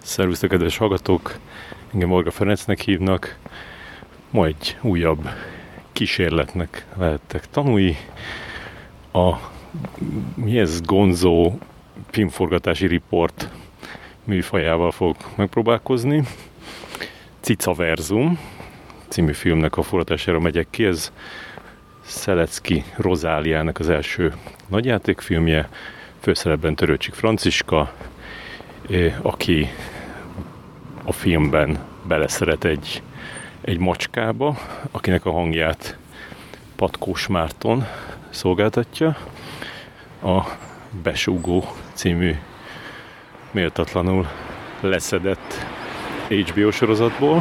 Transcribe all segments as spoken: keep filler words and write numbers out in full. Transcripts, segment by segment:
Szervusztok, kedves hallgatók! Engem Varga Ferencnek hívnak. Ma egy újabb kísérletnek lehettek tanulni. A mi ez Gonzo filmforgatási riport műfajával fog megpróbálkozni. Cicaverzum című filmnek a forgatására megyek ki. Ez Szelecki Rozáliának az első nagyjátékfilmje. Főszerepben Törőcsik Franciska, aki a filmben beleszeret egy, egy macskába, akinek a hangját Patkós Márton szolgáltatja. A Besúgó című méltatlanul leszedett há bé o sorozatból.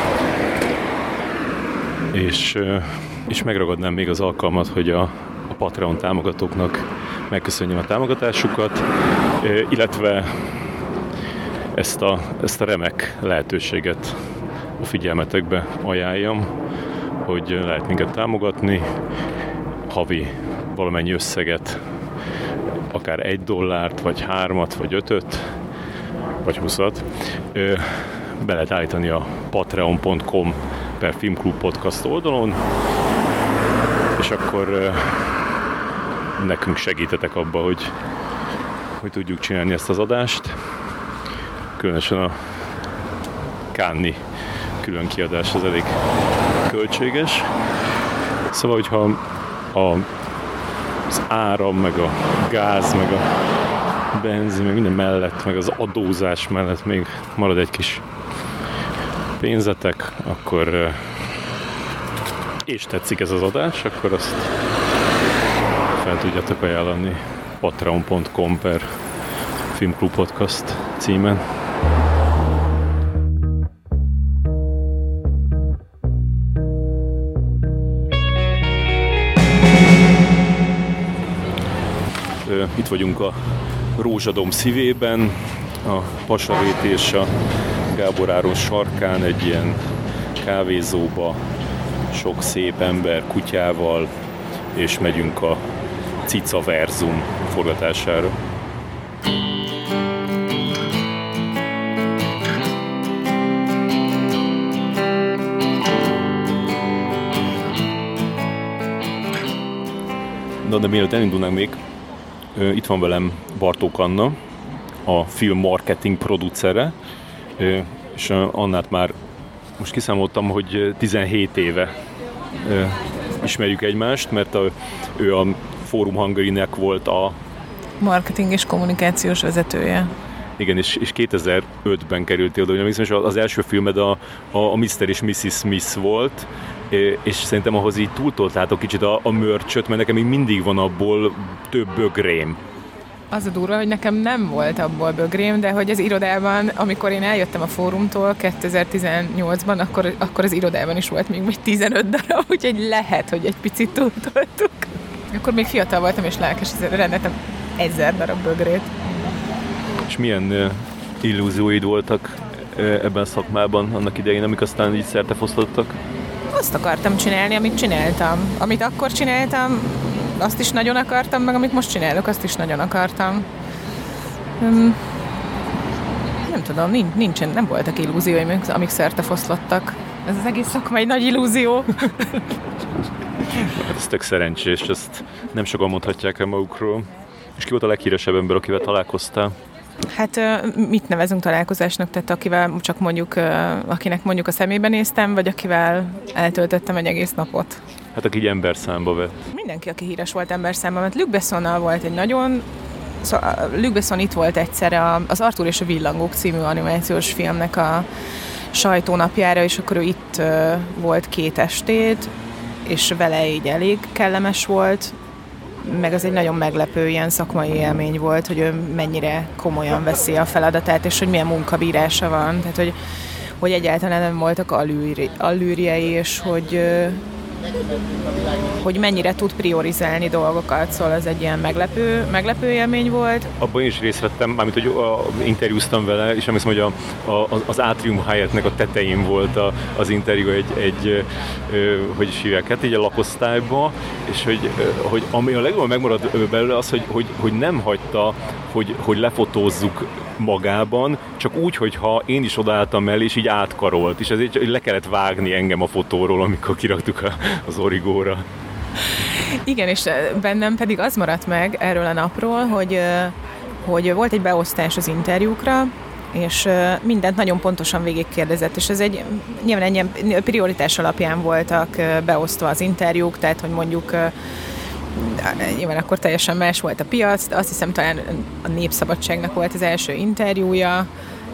És, és megragadnám még az alkalmat, hogy a, a Patreon támogatóknak megköszönjem a támogatásukat, illetve ezt a, ezt a remek lehetőséget a figyelmetekbe ajánljam, hogy lehet minket támogatni, havi valamennyi összeget, akár egy dollárt, vagy hármat, vagy ötöt, vagy huszat, be lehet állítani a patreon pont com per Filmklub Podcast oldalon, és akkor nekünk segítetek abba, hogy, hogy tudjuk csinálni ezt az adást. Különösen a Cannes-i külön kiadás az elég költséges. Szóval, hogyha a, az áram, meg a gáz, meg a benzin, meg minden mellett, meg az adózás mellett még marad egy kis pénzetek, akkor és tetszik ez az adás, akkor azt fel tudjátok ajánlani patreon pont com per Filmklub Podcast címen. Itt vagyunk a Rózsadom szívében, a Pasavét és a Gábor Áron sarkán, egy ilyen kávézóba, sok szép ember kutyával, és megyünk a Cicaverzum forgatására. Na, de mielőtt elindulnánk még, itt van velem Bartók Anna, a film marketing producere, és Annát már most kiszámoltam, hogy tizenhét éve ismerjük egymást, mert a, ő a Forum Hungary-nek volt a marketing és kommunikációs vezetője. Igen, és, és kétezer-ötben kerültél oda, és az első filmed a, a, a miszter és missziz Smith volt, és szerintem ahhoz így túltoltátok kicsit a, a mörcsöt, mert nekem még mindig van abból több bögrém. Az a durva, hogy nekem nem volt abból bögrém, de hogy az irodában, amikor én eljöttem a Fórumtól kétezer-tizennyolcban, akkor, akkor az irodában is volt még tizenöt darab, úgyhogy lehet, hogy egy picit túltoltuk. Akkor még fiatal voltam és lelkes, rendeltem ezer darab bögrét. És milyen uh, illúzióid voltak uh, ebben a szakmában annak idején, amik aztán így szertefosztottak? Azt akartam csinálni, amit csináltam. Amit akkor csináltam, azt is nagyon akartam, meg amit most csinálok, azt is nagyon akartam. Um, nem tudom, nincs, nincsen, nem voltak illúzióim, amik szertefoszlottak. Ez az egész szakma egy nagy illúzió. Hát ez tök szerencsés, ezt nem sokan mondhatják el magukról. És ki volt a leghíresebb ember, akivel találkoztál? Hát mit nevezünk találkozásnak? Tehát akivel csak mondjuk, akinek mondjuk a szemébe néztem, vagy akivel eltöltöttem egy egész napot? Hát aki így emberszámba vett. Mindenki, aki híres volt emberszámba, mert Luc Bessonnal volt egy nagyon... Szóval Luc Besson itt volt egyszer az Arthur és a Villangók című animációs filmnek a sajtónapjára, és akkor ő itt volt két estét, és vele így elég kellemes volt, meg az egy nagyon meglepő ilyen szakmai élmény volt, hogy ő mennyire komolyan veszi a feladatát, és hogy milyen munkabírása van, tehát hogy, hogy egyáltalán nem voltak allűri, allűrjei, és hogy, hogy mennyire tud priorizálni dolgokat, szóval ez egy ilyen meglepő, meglepő élmény volt. Abban is részt vettem, mármint, hogy a, interjúztam vele, és emlékszem, hogy a, a, az Atrium Hyattnek a tetején volt a, az interjú egy, egy ö, hogy is hívják, hát így a lakosztályba, és hogy, hogy ami a legjobban megmaradt belőle az, hogy, hogy, hogy nem hagyta, hogy, hogy lefotózzuk magában, csak úgy, hogyha én is odaálltam mellé, és így átkarolt, és ezért le kellett vágni engem a fotóról, amikor kiraktuk a, az origóra. Igen, és bennem pedig az maradt meg erről a napról, hogy, hogy volt egy beosztás az interjúkra, és mindent nagyon pontosan végigkérdezett, és ez egy nyilván egy ilyen prioritás alapján voltak beosztva az interjúk, tehát hogy mondjuk nyilván akkor teljesen más volt a piac, azt hiszem talán a Népszabadságnak volt az első interjúja,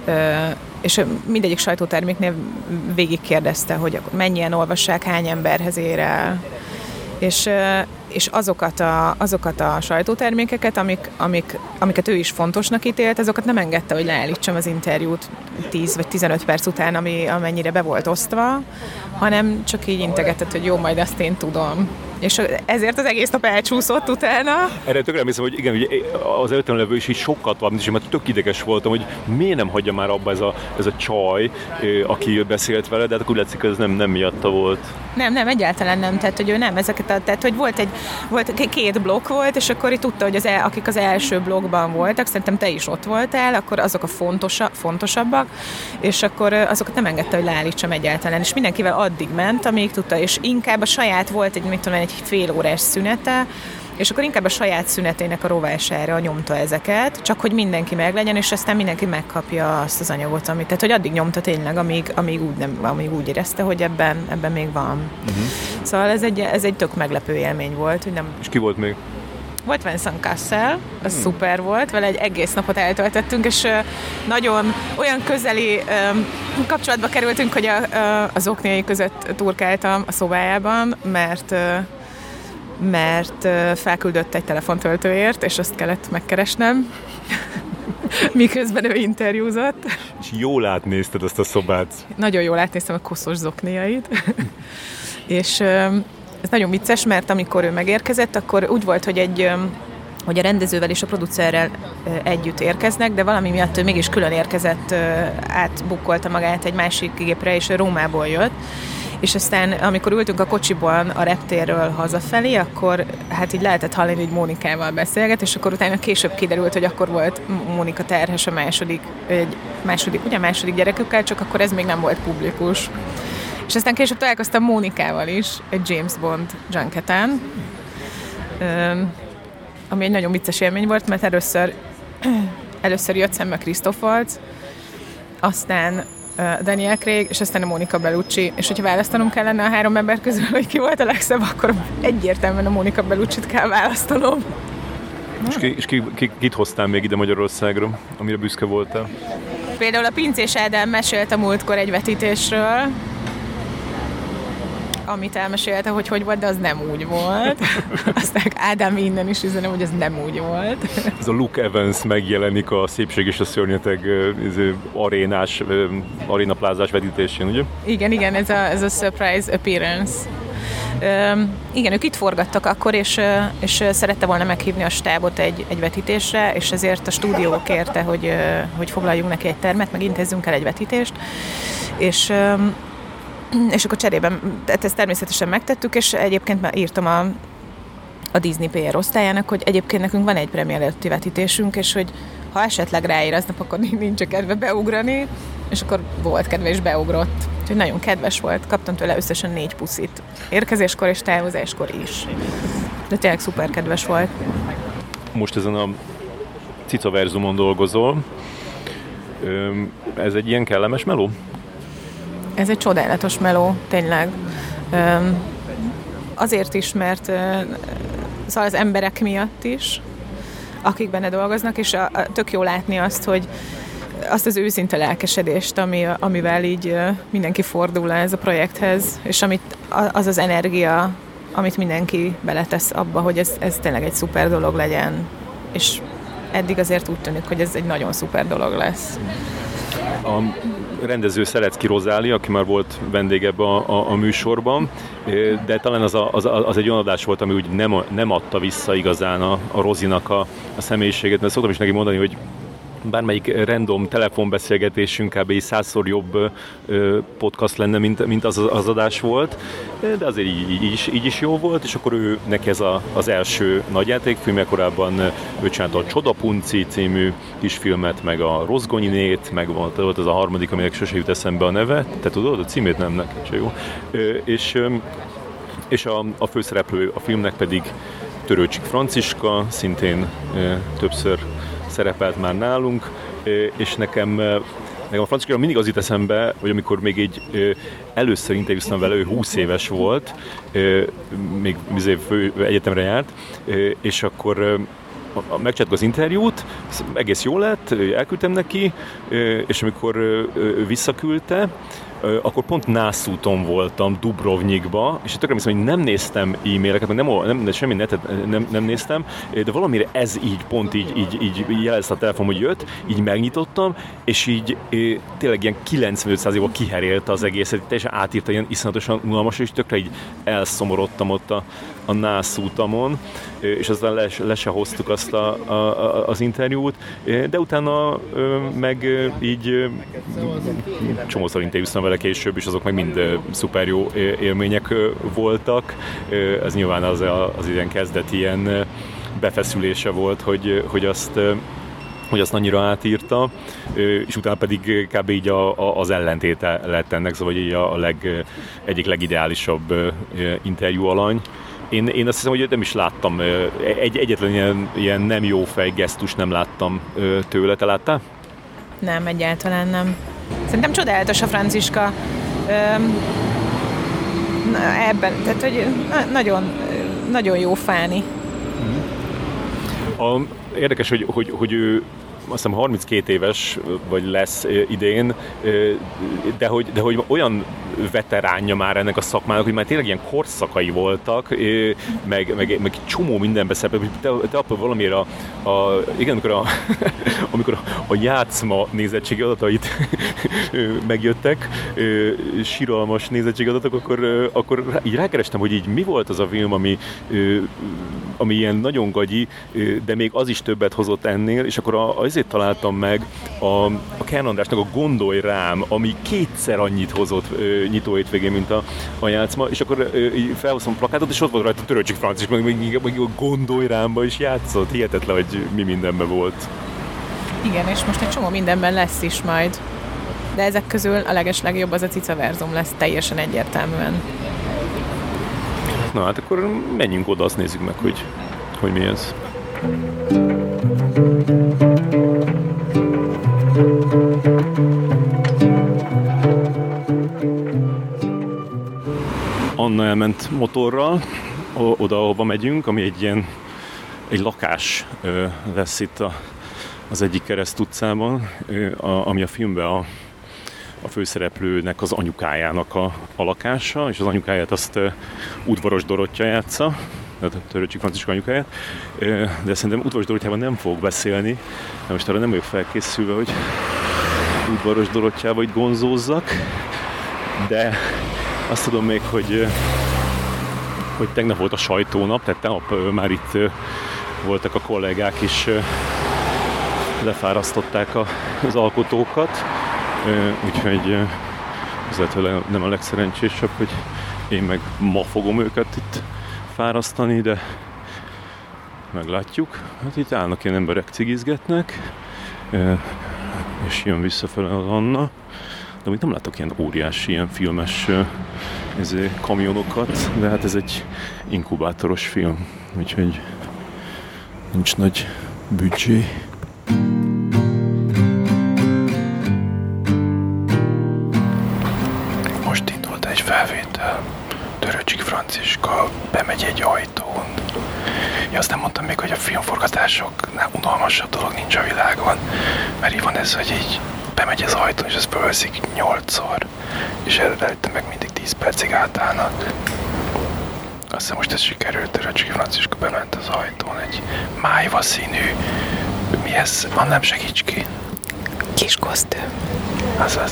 és mindegyik sajtóterméknél végigkérdezte, hogy akkor mennyien olvassák, hány emberhez ér el, és, és azokat, a, azokat a sajtótermékeket, amik, amik, amiket ő is fontosnak ítélt, azokat nem engedte, hogy leállítsam az interjút tíz vagy tizenöt perc után, ami, amennyire be volt osztva, hanem csak így integetett, hogy jó, majd azt én tudom. És ezért az egész nap elcsúszott utána. Erre tökre emlékszem, hogy igen, hogy az előttem levő is így sokkal tovább, és én már tök ideges voltam, hogy miért nem hagyja már abba ez a, ez a csaj, aki beszélt vele, de hát akkor úgy látszik, hogy ez nem, nem miatta volt. Nem, nem, egyáltalán nem, tehát hogy ő nem ezeket a, tehát hogy volt egy, volt két blokk volt, és akkor itt tudta, hogy az el, akik az első blokkban voltak, szerintem te is ott voltál, akkor azok a fontosa, fontosabbak, és akkor azokat nem engedte, hogy leállítsam egyáltalán, és mindenkivel addig ment, amíg tudta, és inkább a saját volt egy, mit tudom, egy fél órás szünete, és akkor inkább a saját szünetének a rovására nyomta ezeket, csak hogy mindenki meglegyen, és aztán mindenki megkapja azt az anyagot, amit, tehát hogy addig nyomta tényleg, amíg, amíg, úgy, nem, amíg úgy érezte, hogy ebben, ebben még van. Uh-huh. Szóval ez egy, ez egy tök meglepő élmény volt. Hogy nem... És ki volt még? Volt Vincent Cassel, az hmm. szuper volt, vele egy egész napot eltöltöttünk, és nagyon olyan közeli um, kapcsolatba kerültünk, hogy a, a, az okniai között turkáltam a szobájában, mert mert felküldött egy telefontöltőért, és azt kellett megkeresnem, miközben ő interjúzott. És jól átnézted azt a szobát. Nagyon jól átnéztem a koszos zokniait. És ez nagyon vicces, mert amikor ő megérkezett, akkor úgy volt, hogy egy hogy a rendezővel és a producerrel együtt érkeznek, de valami miatt ő mégis külön érkezett, átbukkolta magát egy másik gépre, és ő Rómából jött. És aztán, amikor ültünk a kocsiban a reptérről hazafelé, akkor hát így lehetett hallani, hogy Mónikával beszélget, és akkor utána később kiderült, hogy akkor volt Mónika terhes a második, egy második, ugye második gyerekükkel, csak akkor ez még nem volt publikus. És aztán később találkoztam Mónikával is, egy James Bond junketen, ami egy nagyon vicces élmény volt, mert először, először jött szembe Christoph Waltz, aztán Daniel Craig, és aztán a Monica Bellucci, és hogyha választanom kellene a három ember közül, hogy ki volt a legszebb, akkor egyértelműen a Monica Bellucci-t kell választanom. És, ki, és ki, ki, kit hoztál még ide Magyarországra, amire büszke voltál? Például a Pincés Ádám mesélt a múltkor egy vetítésről, amit elmesélte, hogy hogy volt, de az nem úgy volt. Aztán Ádám innen is üzenem, hogy ez nem úgy volt. Ez a Luke Evans megjelenik a Szépség és a Szörnyeteg arénás, arénaplázás vetítésén, ugye? Igen, igen, ez a, ez a surprise appearance. Um, igen, ők itt forgattak akkor, és, és szerette volna meghívni a stábot egy, egy vetítésre, és ezért a stúdió kérte, hogy, hogy foglaljunk neki egy termet, meg intézzünk el egy vetítést, és um, és akkor cserében ezt természetesen megtettük, és egyébként már írtam a, a Disney pé er osztályának, hogy egyébként nekünk van egy premier előtti vetítésünk, és hogy ha esetleg ráír aznap, akkor nincs kedve beugrani, és akkor volt kedve, és beugrott. Úgyhogy nagyon kedves volt, kaptam tőle összesen négy puszit. Érkezéskor és távozáskor is. De tényleg szuper kedves volt. Most ezen a Cicaverzumon dolgozol. Ez egy ilyen kellemes meló? Ez egy csodálatos meló, tényleg. Azért is, mert szóval az emberek miatt is, akik benne dolgoznak, és a, a, tök jó látni azt, hogy azt az őszinte lelkesedést, ami, amivel így mindenki fordul ez a projekthez, és amit, az az energia, amit mindenki beletesz abba, hogy ez, ez tényleg egy szuper dolog legyen. És eddig azért úgy tűnik, hogy ez egy nagyon szuper dolog lesz. a rendező Szelecki Rozália, aki már volt vendég ebbe a, a, a műsorban, de talán az, a, az, az egy olyan adás volt, ami úgy nem, nem adta vissza igazán a, a Rozinak a, a személyiségét, mert szoktam is neki mondani, hogy bármelyik random telefonbeszélgetésünk kb. százszor jobb podcast lenne, mint, mint az az adás volt, de azért így, így, is, így is jó volt, és akkor ő, neki ez a, az első nagyjátékfilmje, korábban ő csinálta a Csodapunci című kisfilmet, meg a Rozgonyinét, meg volt, volt az a harmadik, aminek sose jut eszembe a neve, te tudod, a címét nem, neked se jó. És, és a, a főszereplő a filmnek pedig Törőcsik Franciska, szintén többször szerepelt már nálunk, és nekem, nekem a Franciska mindig az jut eszembe, hogy amikor még így először interjúztam vele, ő húsz éves volt, még fő egyetemre járt, és akkor megcsináltuk az interjút, egész jó lett, elküldtem neki, és amikor visszaküldte, akkor pont Nászúton voltam, Dubrovnikba, és tökre hiszem, hogy nem néztem e-maileket, nem, nem, semmi netet nem, nem néztem, de valamire ez így, pont így, így, így jelezte a telefon, hogy jött, így megnyitottam, és így tényleg ilyen kilencvenöt százalékban kiherélte az egészet, teljesen átírta, ilyen iszonyatosan unalmas, és tökre így elszomorodtam ott a, a Nászútamon, és aztán le, le se hoztuk azt a, a, az interjút, de utána meg így csomószor interjúztam vele később, és azok meg mind szuper jó élmények voltak. Ez nyilván az, az ilyen kezdeti ilyen befeszülése volt, hogy, hogy azt hogy azt annyira átírta, és utána pedig kb. Így a, a, az ellentéte lett ennek, szóval így a leg, egyik legideálisabb interjú alany. Én, én azt hiszem, hogy nem is láttam, egy, egyetlen ilyen, ilyen nem jó fej gesztus nem láttam tőle. Te láttál? Nem, egyáltalán nem. Szerintem csodálatos a Franciska Öm, ebben, tehát hogy nagyon, nagyon jó fáni. A, érdekes, hogy, hogy, hogy ő azt hiszem harminckét éves, vagy lesz idén, de hogy, de hogy olyan veteránja már ennek a szakmának, hogy már tényleg ilyen korszakai voltak, meg, meg, meg csomó mindenbe szerepel. Te, te akkor valamiért a, a, igen, amikor a, amikor a, a játszma nézettségi adatait megjöttek, síralmas nézettségi adatok, akkor, akkor így rákerestem, hogy így mi volt az a film, ami, ami ilyen nagyon gagyi, de még az is többet hozott ennél, és akkor a, azért találtam meg a, a Kern Andrásnak a Gondolj rám, ami kétszer annyit hozott nyitó hétvégén, mint a, a játszma, és akkor így felhoztam a plakátot, és ott volt rajta Törőcsik Franciska, meg még, még a Gondolj rámba is játszott. Hihetetlen, hogy mi mindenben volt. Igen, és most egy csomó mindenben lesz is majd. De ezek közül a legeslegjobb az a Cicaverzum lesz, teljesen egyértelműen. Na hát akkor menjünk oda, azt nézzük meg, hogy, hogy mi ez. Anna elment motorral oda, ahova megyünk, ami egy ilyen egy lakás ö, lesz itt a, az egyik Kereszt utcában, ö, a, ami a filmben a, a főszereplőnek az anyukájának a, a lakása, és az anyukáját azt ö, Udvaros Dorottya játsza, tehát a Törőcsik Franciska anyukáját, ö, de szerintem Udvaros Dorottyával nem fogok beszélni, de most arra nem vagyok felkészülve, hogy Udvaros Dorottyával itt gonzózzak, de azt tudom még, hogy, hogy tegnap volt a sajtónap, tehát tegnap már itt voltak a kollégák is, lefárasztották az alkotókat, úgyhogy ez lehet, hogy nem a legszerencsésebb, hogy én meg ma fogom őket itt fárasztani, de meglátjuk. Hát itt állnak ilyen emberek, cigizgetnek, és jön visszafele az Anna. De még nem látok ilyen óriási, ilyen filmes ezé, kamionokat, de hát ez egy inkubátoros film, úgyhogy nincs nagy büdzsé. Most indult egy felvétel. Törőcsik Franciska bemegy egy ajtón. Ja, azt nem mondtam még, hogy a filmforgatásoknál unalmasabb dolog nincs a világon, mert így van ez, hogy így bemegy az ajtón, és ezt fölveszik nyolcszor, és előtte meg mindig tíz percig átállnak. Azt hiszem, most ez sikerült, Törőcsik Franciska bement az ajtón egy májva színű, mi ez? Van, nem segíts ki. Kis kosztüm. Azaz.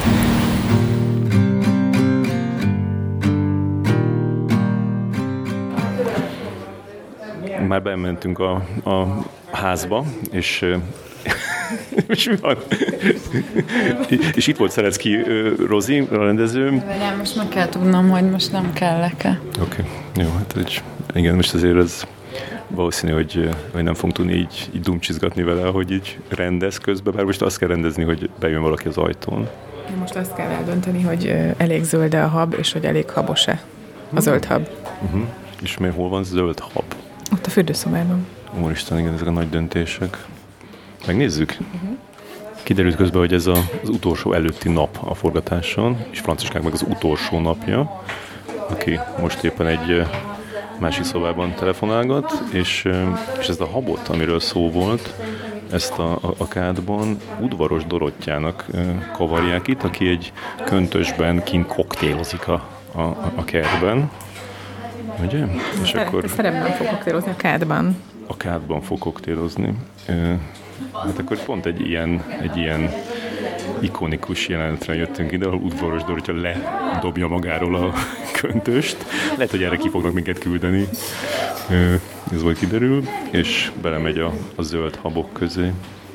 Már bementünk a, a házba, és és mi van? És itt volt Szelecki Rozi, a rendező. De most meg kell tudnom, hogy most nem kell-e. Oké, okay. Jó, hát egy, igen, most azért ez valószínű, hogy, hogy nem fogunk tudni így, így dumcsizgatni vele, hogy így rendez közben, bár most azt kell rendezni, hogy bejön valaki az ajtón. Most azt kell eldönteni, hogy elég zöld-e a hab, és hogy elég habos-e a zöld hab. Uh-huh. És miért hol van zöld hab? Ott a fürdőszobában. Úristen, igen, ezek a nagy döntések. Megnézzük? Uh-huh. Kiderült közben, hogy ez a, az utolsó előtti nap a forgatáson, és Franciskának meg az utolsó napja, aki most éppen egy másik szobában telefonálgat, és, és ezt a habot, amiről szó volt, ezt a, a, a kádban Udvaros Dorottyának kavarják itt, aki egy köntösben kint koktélozik a, a, a kertben. Ugye? És Szere, akkor... Szerepben fog koktélozni a kádban. A kádban fog koktélozni. Hát akkor pont egy ilyen, egy ilyen ikonikus jelenetre jöttünk ide, ahol Udvaros Dorottya ledobja magáról a köntöst. Lehet, hogy erre ki fognak minket küldeni. Ez majd kiderül, és belemegy a, a zöld habok közé.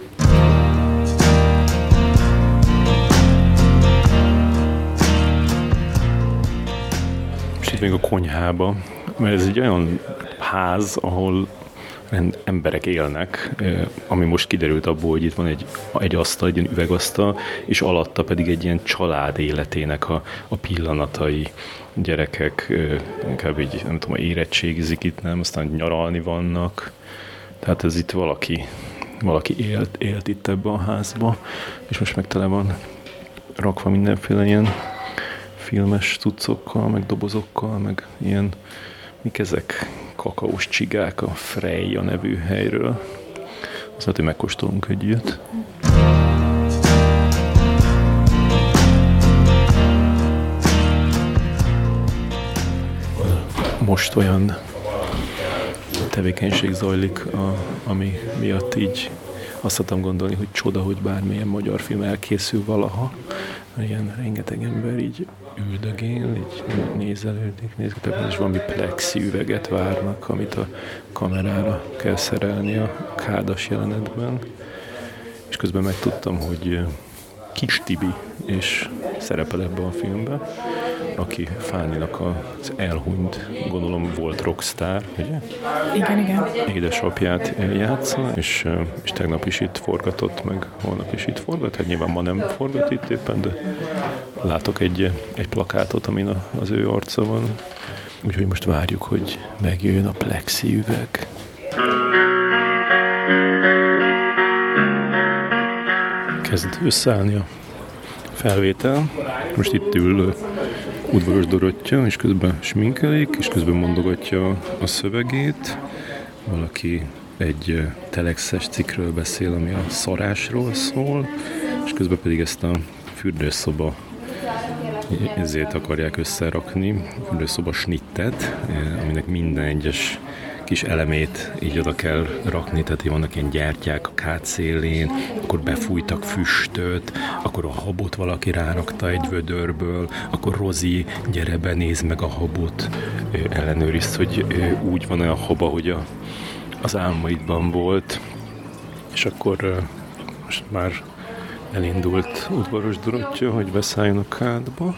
És itt még a konyhába, mert ez egy olyan ház, ahol emberek élnek, ami most kiderült abból, hogy itt van egy, egy asztal, egy ilyen üvegasztal, és alatta pedig egy ilyen család életének a, a pillanatai. Gyerekek inkább így, nem tudom, érettségizik itt, nem, aztán nyaralni vannak. Tehát ez itt valaki, valaki élt, élt itt ebbe a házba, és most meg tele van rakva mindenféle ilyen filmes cuccokkal, meg dobozokkal, meg ilyen, mik ezek? Kakaós csigák a Freja nevű helyről. Azt hát, hogy megkóstolunk egy ilyet. Most olyan tevékenység zajlik, a, ami miatt így azt szoktam gondolni, hogy csoda, hogy bármilyen magyar film elkészül valaha. Ilyen rengeteg ember így üldögél, így nézelődik, nézgetek, és valami plexi üveget várnak, amit a kamerára kell szerelni a kádas jelenetben. És közben megtudtam, hogy Kis Tibi és szerepel ebben a filmben, aki Fáninak az elhunyt, gondolom volt rockstar, ugye? Igen, igen. Édesapját játsza, és, és tegnap is itt forgatott, meg holnap is itt forgat, hát nyilván ma nem forgat itt éppen, de látok egy, egy plakátot, amin a, az ő arca van. Úgyhogy most várjuk, hogy megjöjjön a plexi üveg. Kezd összeállni a felvétel. Most itt ül Udvaros Dorottya, és közben sminkelik, és közben mondogatja a szövegét. Valaki egy telexes cikkről beszél, ami a szarásról szól, és közben pedig ezt a fürdőszoba ezért akarják összerakni, fürdőszoba snittet, aminek minden egyes kis elemét így oda kell rakni, tehát vannak ilyen gyertyák a kád szélén, akkor befújtak füstöt, akkor a habot valaki rárakta egy vödörből, akkor Rozi, gyere be, nézd meg a habot, ellenőrizd, hogy úgy van olyan haba, hogy a, az álmaidban volt, és akkor most már elindult Udvaros Dorottya, hogy beszálljon a kádba,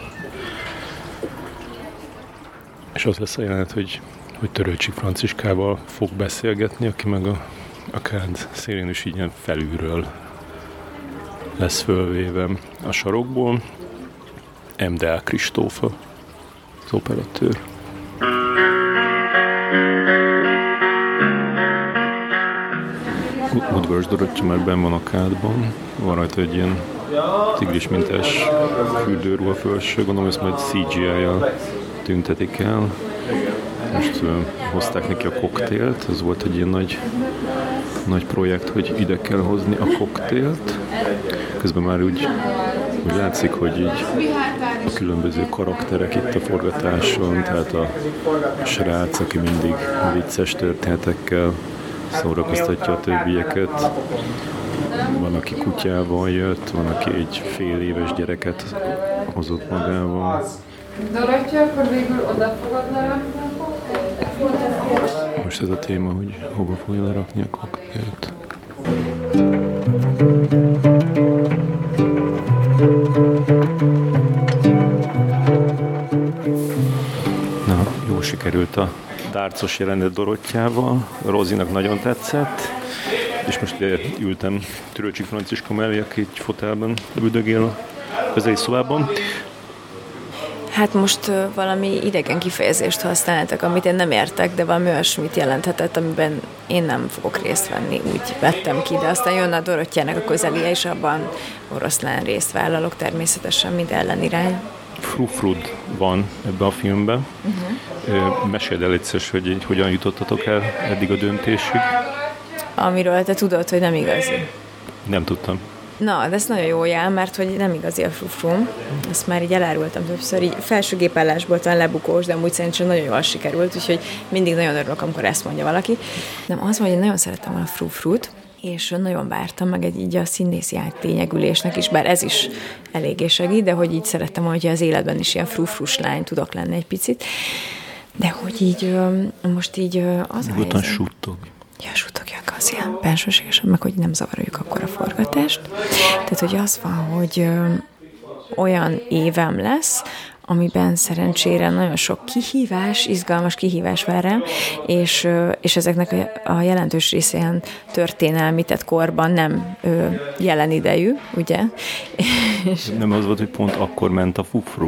és az lesz a jelenet, hogy hogy Törőcsik Franciskával fog beszélgetni, aki meg a, a kád szélén is így ilyen felülről lesz fölvéve a sarokból. em dé á Kristófa, az operatőr. Udvaros Dorottya már benn van a kádban, van rajta egy ilyen tigris mintás fürdőruha fölső, gondolom ezt majd cé gé í-jal tüntetik el. Most uh, hozták neki a koktélt, ez volt egy ilyen nagy, nagy projekt, hogy ide kell hozni a koktélt. Közben már úgy, úgy látszik, hogy így a különböző karakterek itt a forgatáson, tehát a, a srác, aki mindig vicces történetekkel szórakoztatja a többieket. van, aki kutyával jött, van, aki egy fél éves gyereket hozott magával. Dorottya, akkor végül oda fogod lerakni a koktélt? Most ez a téma, hogy hova fogja lerakni a koktélt. Na, jól sikerült a dárcos jelenet Dorottyával. Rozinak nagyon tetszett. És most ültem Törőcsik Franciska mellé, aki egy fotelben üldögél a közeli szobában. Hát most uh, valami idegen kifejezést használtak, amit én nem értek, de valami olyasmit jelenthetett, amiben én nem fogok részt venni, úgy vettem ki, de aztán jön a Dorottyának a közelie, és abban oroszlán részt vállalok természetesen, mint ellenirány. Frufrud van ebben a filmben. Uh-huh. Meséld el egyszer, hogy, hogy hogyan jutottatok el eddig a döntésig. Amiről te tudod, hogy nem igazi. Nem tudtam. Na, de ez nagyon jó jel, mert hogy nem igazi a frufrum. Ezt már így elárultam többször, így felső gépállásból talán lebukós, de amúgy szerintem nagyon jól sikerült, úgyhogy mindig nagyon örülök, amikor ezt mondja valaki. Nem, az van, hogy én nagyon szerettem a frufrut, és nagyon vártam meg egy így a színészi áttényegülésnek is, bár ez is eléggé segít, de hogy így szerettem, hogy az életben is ilyen frufrus lány tudok lenni egy picit. De hogy így most így az a helyzet... suttog. Ja, suttogjak az ilyen bensőségesen, meg hogy nem zavaroljuk akkor a forgatást. Tehát, hogy az van, hogy ö, olyan évem lesz, amiben szerencsére nagyon sok kihívás, izgalmas kihívás vár rám, és, ö, és ezeknek a, a jelentős része ilyen történelmi, tehát korban nem ö, jelen idejű, ugye? És nem az volt, hogy pont akkor ment a fufru.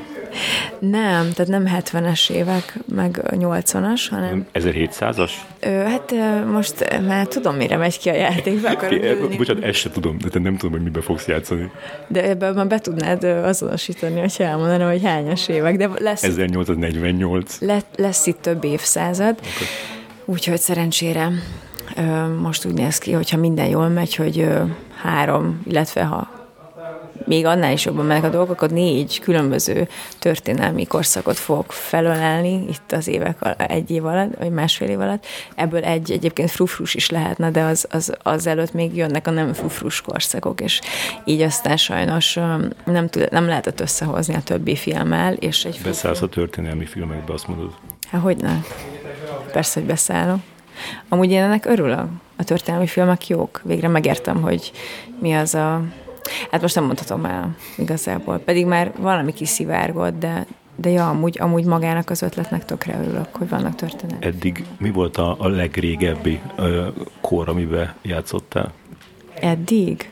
Nem, tehát nem hetvenes évek, meg nyolcvanas, hanem... ezerhétszázas? Ö, hát most már tudom, mire megy ki a játékba, akarom ülni. Bocsánat, ezt se tudom, de te nem tudom, hogy miben fogsz játszani. De ebben már be tudnád azonosítani, hogyha elmondanám, hogy hányas évek, de lesz... ezernyolcszáznegyvennyolc. Le, lesz itt több évszázad, okay. Úgyhogy szerencsére ö, most úgy néz ki, hogyha minden jól megy, hogy ö, három, illetve ha még annál is jobban mennek a dolgok, akkor négy különböző történelmi korszakot fogok felölelni itt az évek, egy év alatt, vagy másfél év alatt. Ebből egy egyébként frufrus is lehetne, de az, az, az előtt még jönnek a nem frufrus korszakok, és így aztán sajnos nem, tud, nem lehetett összehozni a többi filmmel. És egy beszállsz a történelmi filmekbe, azt mondod? Hát hogyne? Persze, hogy beszállok. Amúgy én ennek örülök. A történelmi filmek jók. Végre megértem, hogy mi az a... Hát most nem mondhatom el igazából, pedig már valami kiszivárgott, de, de ja, amúgy, amúgy magának az ötletnek tökre örülök, hogy vannak történetek. Eddig mi volt a, a legrégebbi ö, kor, amiben játszottál? Eddig?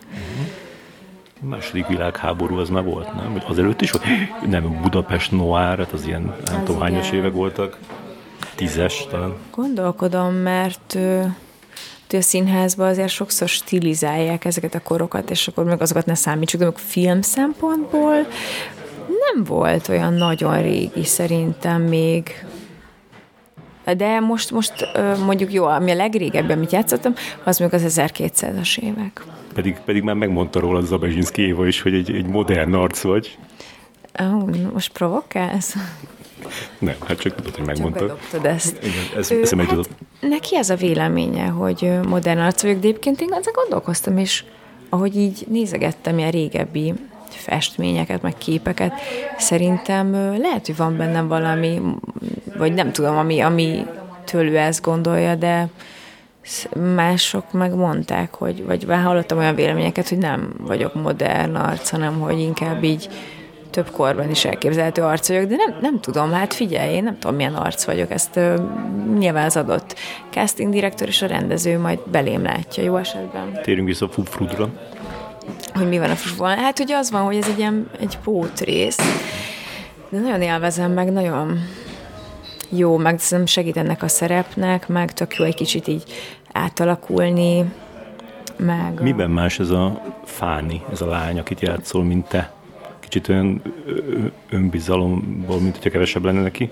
A második világháború az már volt, nem? Vagy azelőtt is volt? Nem, Budapest Noir, hát az ilyen, nem tudom, hányos évek voltak? Tízes talán. Gondolkodom, mert... a színházban azért sokszor stilizálják ezeket a korokat, és akkor meg azokat ne számítsuk, de film szempontból nem volt olyan nagyon régi szerintem még. De most, most mondjuk jó, ami a legrégebbi, amit játszottam, az még az ezerkétszázas évek. Pedig, pedig már megmondta róla Zabezsinszky Éva is, hogy egy, egy modern arc vagy. Oh, most provokálsz? Nem, hát csak tudod, hogy megmondtad. Csak bedobtad ezt. Igen, ez, ez hát neki ez a véleménye, hogy modern arc vagyok, de egyébként én azon gondolkoztam, és ahogy így nézegettem ilyen régebbi festményeket, meg képeket, szerintem lehet, hogy van bennem valami, vagy nem tudom, ami, ami tőlük ezt gondolja, de mások meg mondták, hogy, vagy hallottam olyan véleményeket, hogy nem vagyok modern arc, hanem hogy inkább így több korban is elképzelhető arc vagyok, de nem, nem tudom, hát figyelj, én nem tudom, milyen arc vagyok, ezt uh, nyilván az adott casting direktor és a rendező majd belém látja, jó esetben. Térjünk vissza a Fufrudra. Hogy mi van a Fufrudban? Hát ugye az van, hogy ez egy ilyen egy pótrész, de nagyon élvezem, meg nagyon jó, meg szerintem segít ennek a szerepnek, meg tök jó egy kicsit így átalakulni, meg... Miben más ez a Fáni, ez a lány, akit játszol, mint te? Kicsit olyan önbizalomból, mint hogyha kevesebb lenne neki?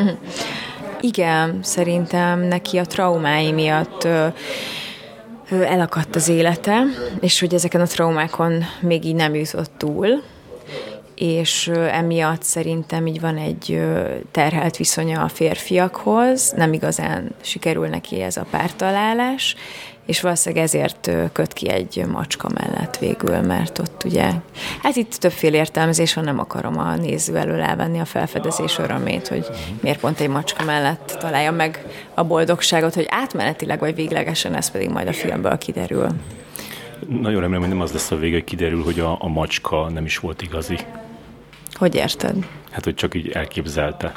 Igen, szerintem neki a traumái miatt ö, ö, elakadt az élete, és hogy ezeken a traumákon még így nem jutott túl, és ö, emiatt szerintem így van egy ö, terhelt viszonya a férfiakhoz, nem igazán sikerül neki ez a pártalálás, és valószínűleg ezért köt ki egy macska mellett végül, mert ott ugye, hát itt többféle értelmezés van, nem akarom a néző elől elvenni a felfedezés örömét, hogy miért pont egy macska mellett találja meg a boldogságot, hogy átmenetileg vagy véglegesen, ez pedig majd a filmből kiderül. Nagyon remélem, hogy nem az lesz a vége, hogy kiderül, hogy a, a macska nem is volt igazi. Hogy érted? Hát, hogy csak így elképzelte.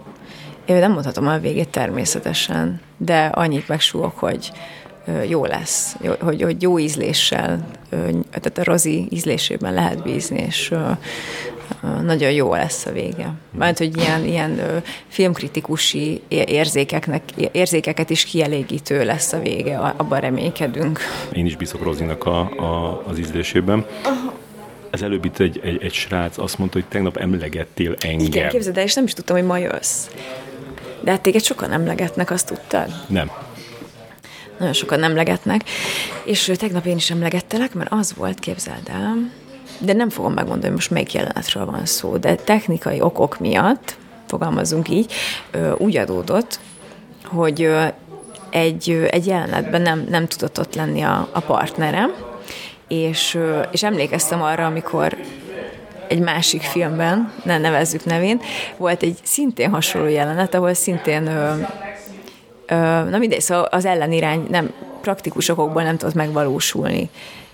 Én nem mondhatom a végét természetesen, de annyit megsúgok, hogy jó lesz, hogy, hogy jó ízléssel, tehát a Rozi ízlésében lehet bízni, és nagyon jó lesz a vége. Mert hogy ilyen, ilyen filmkritikusi érzékeknek, érzékeket is kielégítő lesz a vége, abban reménykedünk. Én is bízok Rozinak a, a, az ízlésében. Ez előbb itt egy, egy, egy srác azt mondta, hogy tegnap emlegettél engem. Igen, képzeld el, és nem is tudtam, hogy ma jössz. De hát téged sokan emlegetnek, azt tudtad? Nem. Nagyon sokan emlegetnek, és tegnap én is emlegettelek, mert az volt, képzeld el, de nem fogom megmondani, hogy most melyik jelenetről van szó, de technikai okok miatt, fogalmazunk így, úgy adódott, hogy egy, egy jelenetben nem, nem tudott ott lenni a, a partnerem, és, és emlékeztem arra, amikor egy másik filmben, ne nevezzük nevén, volt egy szintén hasonló jelenet, ahol szintén, ö, ö, na mindegy, szóval az ellenirány nem, praktikus okokból nem tudott megvalósulni,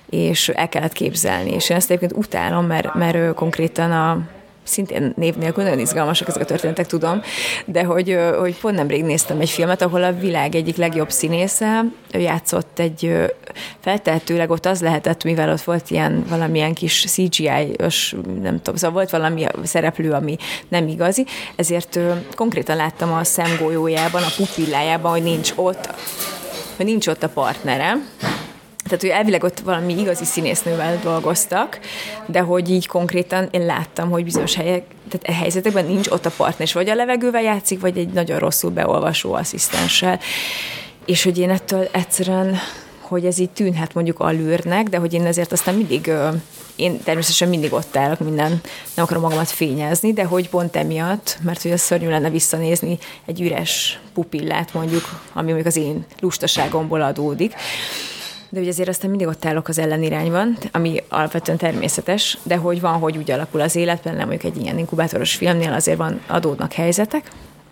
és el kellett képzelni, és én ezt egyébként utálom, mert, mert konkrétan a szintén név nélkül, nagyon izgalmasak ezek a történetek, tudom, de hogy, hogy pont nemrég néztem egy filmet, ahol a világ egyik legjobb színésze, ő játszott egy, feltehetőleg ott az lehetett, mivel ott volt ilyen valamilyen kis cé gé í-ös, nem tudom, szóval volt valami szereplő, ami nem igazi, ezért konkrétan láttam a szemgolyójában, a pupillájában, hogy nincs ott, hogy nincs ott a partnerem. Tehát, hogy elvileg ott valami igazi színésznővel dolgoztak, de hogy így konkrétan én láttam, hogy bizonyos helyek, tehát helyzetekben nincs ott a partner, és vagy a levegővel játszik, vagy egy nagyon rosszul beolvasó asszisztenssel. És hogy én ettől egyszerűen, hogy ez így tűnhet mondjuk allűrnek, de hogy én ezért aztán mindig, én természetesen mindig ott állok minden, nem akarom magamat fényezni, de hogy pont emiatt, mert hogy az szörnyű lenne visszanézni egy üres pupillát mondjuk, ami mondjuk az én lustaságomból adódik. De ugye azért aztán mindig ott állok az ellenirányban, ami alapvetően természetes, de hogy van, hogy úgy alakul az élet, például mondjuk egy ilyen inkubátoros filmnél azért van, adódnak helyzetek,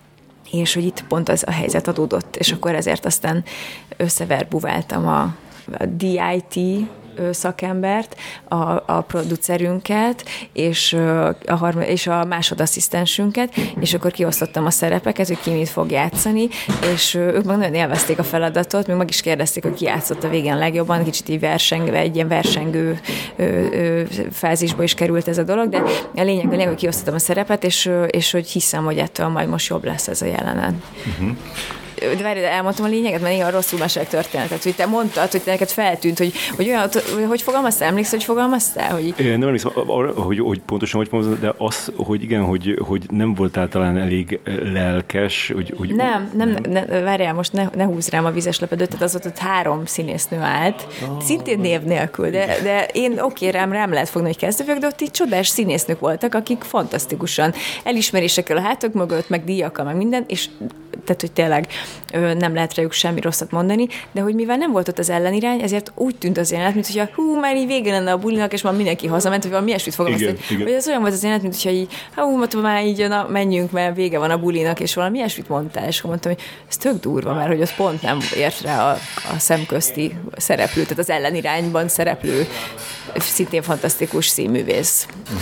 és hogy itt pont az a helyzet adódott, és akkor ezért aztán összeverbuváltam a, a dé i té szakembert, a, a producerünket, és a, harma, és a másodasszisztensünket, és akkor kiosztottam a szerepeket, hogy ki mit fog játszani, és ők meg nagyon élvezték a feladatot, még meg is kérdezték, hogy ki játszott a végén legjobban, kicsit így versengve, egy ilyen versengő ö, ö, fázisba is került ez a dolog, de a lényeg, a lényeg, hogy kiosztottam a szerepet, és, és hogy hiszem, hogy ettől majd most jobb lesz ez a jelenet. Uh-huh. De várj, de elmondtam a lényeget, mert néha rosszul mesélek történetet, hogy te mondtad, hogy te neked feltűnt, hogy, hogy olyan, hogy fogalmaztál, emlékszel, hogy fogalmaztál? Hogy... Nem emlékszem arra, hogy, hogy pontosan hogy fogalmaztál, de az, hogy igen, hogy, hogy nem voltál talán elég lelkes, hogy... hogy nem, nem, nem, ne, várjál, most ne, ne húzz rám a vizes lepedőt, tehát az ott három színésznő állt, oh. Szintén név nélkül, de, de én oké, rám, rám lehet fogni, hogy kezdővök, de ott így csodás színésznők voltak, akik fantasztikusan elismerésekkel a hátok mögött, meg díjakkal, meg minden, és tehát, hogy tényleg nem lehet rájuk semmi rosszat mondani, de hogy mivel nem volt ott az ellenirány, ezért úgy tűnt az jelenet, mint hogyha hú, már így vége lenne a bulinak, és már mindenki hazament, hogy valami ilyesmit fogalmazni. Hogy ez olyan volt az jelenet, mint hogyha így, hú, már így, na, menjünk, mert vége van a bulinak, és valami ilyesmit mondtál, és mondtam, hogy ez tök durva, mert hogy ott pont nem ért rá a, a szemközti szereplő, tehát az ellenirányban szereplő, szintén fantasztikus színművész. Uh-huh.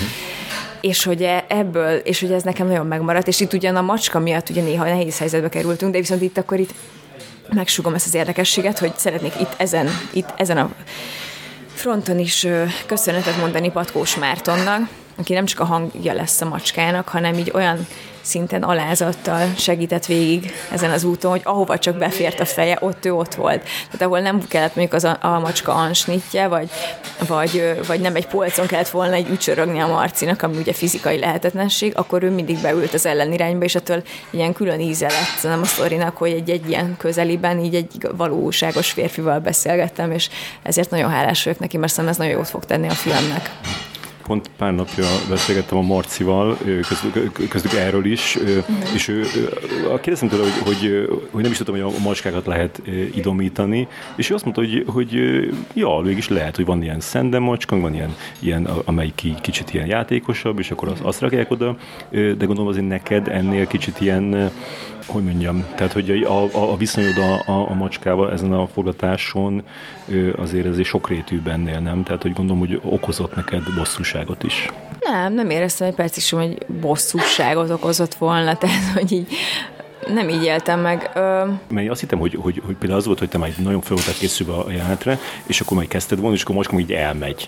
És hogy ebből, és hogy ez nekem nagyon megmaradt, és itt ugyan a macska miatt ugye néha nehéz helyzetbe kerültünk, de viszont itt akkor itt megsugom ezt az érdekességet, hogy szeretnék itt ezen, itt ezen a fronton is köszönetet mondani Patkós Mártonnak, aki nem csak a hangja lesz a macskának, hanem így olyan szinten alázattal segített végig ezen az úton, hogy ahova csak befért a feje, ott ő ott volt. Tehát ahol nem kellett mondjuk az a, a macska ansnitje, vagy, vagy, vagy nem egy polcon kellett volna egy ücsörögni a Marcinak, ami ugye fizikai lehetetlenség, akkor ő mindig beült az ellenirányba, és attól ilyen külön íze lett nem a sztorinak, hogy egy, egy ilyen közeliben így egy valóságos férfival beszélgettem, és ezért nagyon hálás vagyok neki, mert szerintem ez nagyon jót fog tenni a filmnek. pont pár napja beszélgettem a Marcival, köztük, köztük erről is, uh-huh. és ő, kérdeztem tőle, hogy, hogy, hogy nem is tudtam, hogy a macskákat lehet idomítani, és ő azt mondta, hogy, hogy ja, mégis lehet, hogy van ilyen szenden macska, van ilyen, ilyen amelyik kicsit ilyen játékosabb, és akkor azt, azt rakják oda, de gondolom azért neked ennél kicsit ilyen, hogy mondjam, tehát hogy a, a, a viszonyod a, a, a macskával ezen a forgatáson azért ezért sokrétűbb ennél, nem? Tehát hogy gondolom, hogy okozott neked bosszúságot is. Nem, nem éreztem egy percig sem, hogy bosszúságot okozott volna, tehát hogy így nem így éltem meg. Ö... Mert azt hittem, hogy, hogy, hogy például az volt, hogy te már nagyon fel voltál készülve a jelenetre, és akkor majd kezdted volna, és akkor macska így elmegy.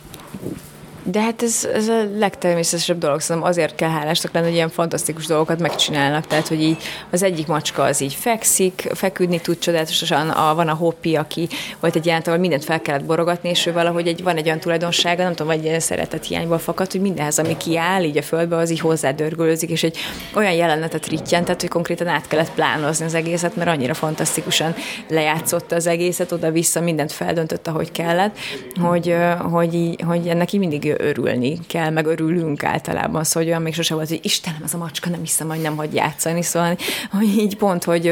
De hát ez, ez a legtermészetesebb dolog, szerintem azért kell hálásnak lenni, hogy ilyen fantasztikus dolgokat megcsinálnak, tehát hogy így az egyik macska az így fekszik, feküdni tud csodálatosan, a, van a Hoppy, aki volt egy jelent, ahol mindent fel kellett borogatni, és ő valahogy egy, van egy olyan tulajdonsága, nem tudom, vagy egy szeretet hiányból fakad, hogy mindenhez, ami kiáll így a földbe, az így hozzádörgölőzik, és egy olyan jelenetet rittyent, tehát hogy konkrétan át kellett plánozni az egészet, mert annyira fantasztikusan lejátszotta az egészet, oda-vissza mindent feldöntött, ahogy kellett, hogy, hogy, így, hogy ennek így mindig örülni kell, meg örülünk általában, szóval olyan még sose volt, hogy Istenem, ez a macska, nem hiszem, hogy nem hagy játszani, szóval hogy így pont, hogy,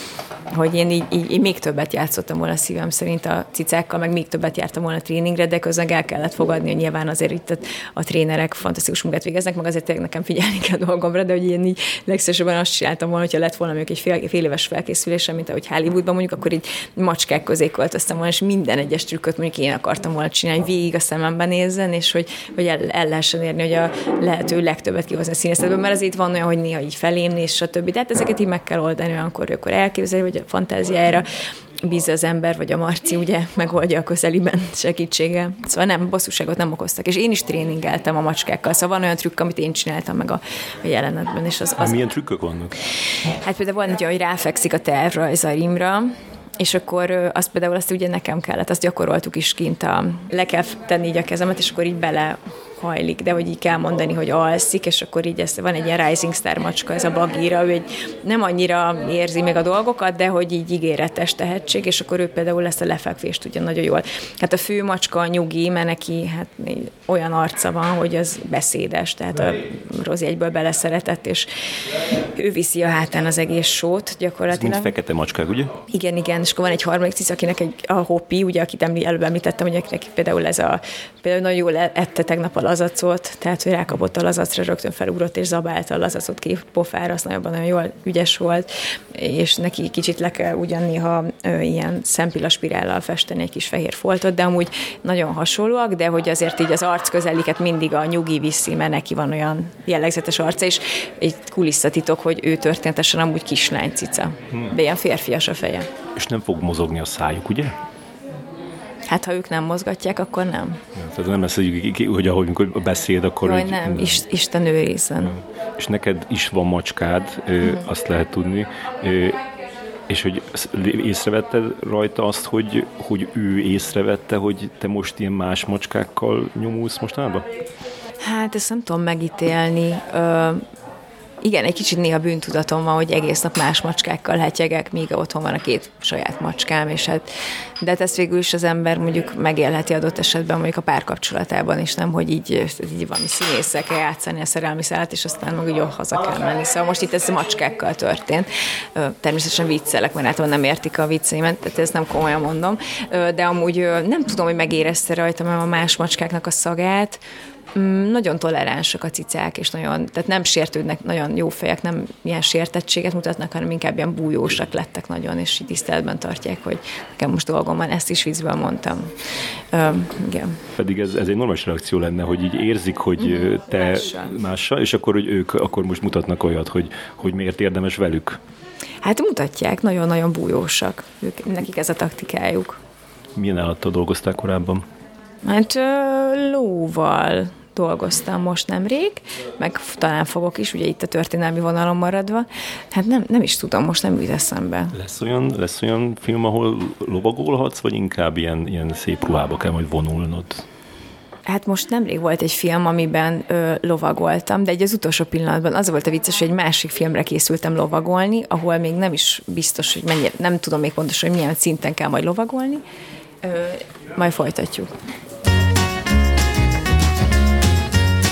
hogy én így, így, így még többet játszottam volna szívem szerint a cicákkal, meg még többet jártam volna a tréningre, de közben el kellett fogadni, hogy nyilván azért itt a, a trénerek fantasztikus munkát végeznek, meg azért tényleg nekem figyelni kell a dolgomra, de hogy én így legszívesebben azt csináltam volna, hogyha lett volna mondjuk egy fél, fél éves felkészülésem, mint ahogy Hollywoodban mondjuk, akkor így macskák közé költöztem volna, és minden egyes trükköt mondjuk én akartam volna csinálni, hogy végig a szememben nézzen, és hogy hogy el, el lehessen érni, hogy a lehető legtöbbet kihozni a színészetből, mert azért van olyan, hogy néha így felém néz, stb. De hát ezeket így meg kell oldani olyankor, akkor elképzelni, hogy a fantáziájára bízza az ember, vagy a Marci ugye megoldja a közeliben segítséggel. Szóval nem, bosszúságot nem okoztak. És én is tréningeltem a macskákkal, szóval van olyan trükk, amit én csináltam meg a, a jelenetben. És az, az... Milyen trükkök vannak? Hát például van egy, hogy ráfekszik a tervrajz a rimra, és akkor azt például azt ugye nekem kellett, azt gyakoroltuk is kint, a, le kell tenni így a kezemet, és akkor így bele hajlik, de hogy így kell mondani, hogy alszik, és akkor így ez, van egy ilyen Rising Star macska, ez a Bagheera, ő egy, nem annyira érzi meg a dolgokat, de hogy így ígéretes tehetség, és akkor ő például ezt a lefekvést tudja nagyon jól. Hát a fő macska a Nyugi, mert neki hát olyan arca van, hogy az beszédes, tehát a Rozi egyből beleszeretett, és ő viszi a hátán az egész sót gyakorlatilag. Ez mind fekete macskák, ugye? Igen, igen, és akkor van egy harmadik cica, akinek egy, a Hoppy, ugye, akit előbb említettem, hogy neki például ez a, például nagyon jól ette tegnap a lazacot, tehát hogy rákapott a lazacra, rögtön felugrott és zabálta a lazacot ki pofára, azt nagyon, nagyon jól ügyes volt, és neki kicsit le kell ugyan néha ö, ilyen szempillaspirállal festeni egy kis fehér foltot, de amúgy nagyon hasonlóak, de hogy azért így az arc közeliket mindig a Nyugi viszi, mert neki van olyan jellegzetes arca, és egy kulisszatitok, hogy ő történetesen amúgy kislány cica, de ilyen férfias a feje. És nem fog mozogni a szájuk, ugye? Hát, ha ők nem mozgatják, akkor nem. Ja, tehát nem lesz, hogy, hogy ahogy beszéd, akkor... Jaj, nem, nem. Ist, Isten őrizzen. És neked is van macskád, hmm. azt lehet tudni, és hogy észrevetted rajta azt, hogy, hogy ő észrevette, hogy te most ilyen más macskákkal nyomulsz mostanában? Hát ezt nem tudom megítélni. Ö, igen, egy kicsit néha bűntudatom van, hogy egész nap más macskákkal hetyegek, míg otthon van a két saját macskám, és hát, de hát ezt végül is az ember mondjuk megélheti adott esetben mondjuk a párkapcsolatában is, nem, hogy így, így valami színésszel kell játszani a szerelmi szállat, és aztán meg úgy haza kell menni. Szóval most itt ez macskákkal történt. Természetesen viccelek, mert általában nem értik a vicceimet, tehát ezt nem komolyan mondom, de amúgy nem tudom, hogy megérezte rajtam a más macskáknak a szagát. Nagyon toleránsak a cicák, és nagyon, tehát nem sértődnek, nagyon jó fejek, nem ilyen sértettséget mutatnak, hanem inkább ilyen bújósak lettek nagyon, és így tiszteletben tartják, hogy nekem most dolgom van, ezt is viccből mondtam. Ö, igen. Pedig ez, ez egy normális reakció lenne, hogy így érzik, hogy te mással, mással és akkor, hogy ők akkor most mutatnak olyat, hogy, hogy miért érdemes velük. Hát mutatják, nagyon-nagyon bújósak. Ők, nekik ez a taktikájuk. Milyen állattal dolgoztál korábban? Hát lóval dolgoztam most nemrég, meg talán fogok is, ugye itt a történelmi vonalon maradva. Hát nem, nem is tudom, most nem jut eszembe. Lesz olyan, lesz olyan film, ahol lovagolhatsz, vagy inkább ilyen, ilyen szép ruhába kell majd vonulnod? Hát most nemrég volt egy film, amiben ö, lovagoltam, de egy az utolsó pillanatban az volt a vicces, hogy egy másik filmre készültem lovagolni, ahol még nem is biztos, hogy mennyire, nem tudom még pontosan, hogy milyen szinten kell majd lovagolni. Ö, majd folytatjuk.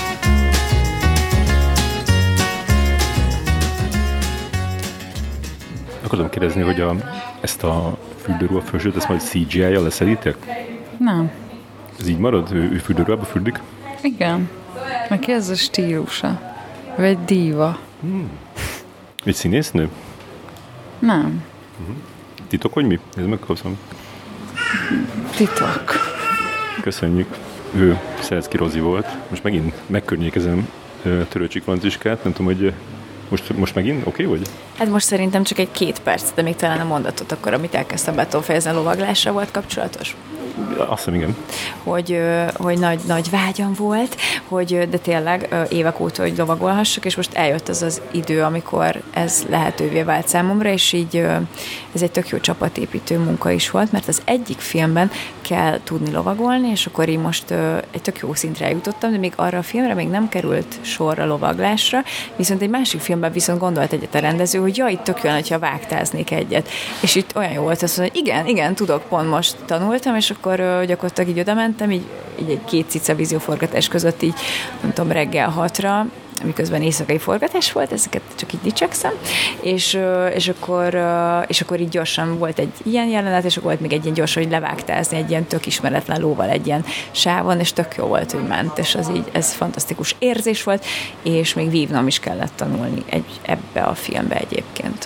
megkérdezni, hogy a, ezt a fürdőruha felsőt, ezt majd cé gé í-jal leszeditek? Nem. Ez így marad? Ő, ő fürdőruhába fürdik? Igen. Neki ez a stílusa. Ő egy díva. Hmm. Egy színésznő? Nem. Uh-huh. Titok, hogy mi? Ez megkapszom. Titok. Köszönjük. Ő Szelecki Rozi volt. Most megint megkörnyékezem Törőcsik Franciskát. Nem tudom, hogy most, most megint oké okay, vagy? Hát most szerintem csak egy két perc, de még talán a mondatot akkor, amit elkezdtem be fejezni, a lovaglásra volt kapcsolatos. Azt hiszem, igen. Hogy, hogy nagy, nagy vágyam volt, hogy, de tényleg évek óta, hogy lovagolhassak, és most eljött az az idő, amikor ez lehetővé vált számomra, és így ez egy tök jó csapatépítő munka is volt, mert az egyik filmben kell tudni lovagolni, és akkor így most egy tök jó szintre eljutottam, de még arra a filmre még nem került sorra lovaglásra, viszont egy másik filmben viszont gondolt egyet a rendező, hogy jaj, itt tök jó, hogyha vágtáznék egyet. És itt olyan jó volt az, hogy igen, igen, tudok, pont most tanultam, és akkor gyakorlatilag így oda mentem, így, így egy két cica vízióforgatás között így, nem tudom, reggel hatra, miközben éjszakai forgatás volt, ezeket csak így dicsekszem, és, és, akkor, és akkor így gyorsan volt egy ilyen jelenet, és akkor volt még egy ilyen gyorsan, hogy levágtázni egy ilyen tök ismeretlen lóval egy ilyen sávon, és tök jó volt, hogy ment, és az így, ez fantasztikus érzés volt, és még vívnom is kellett tanulni egy, ebbe a filmbe egyébként.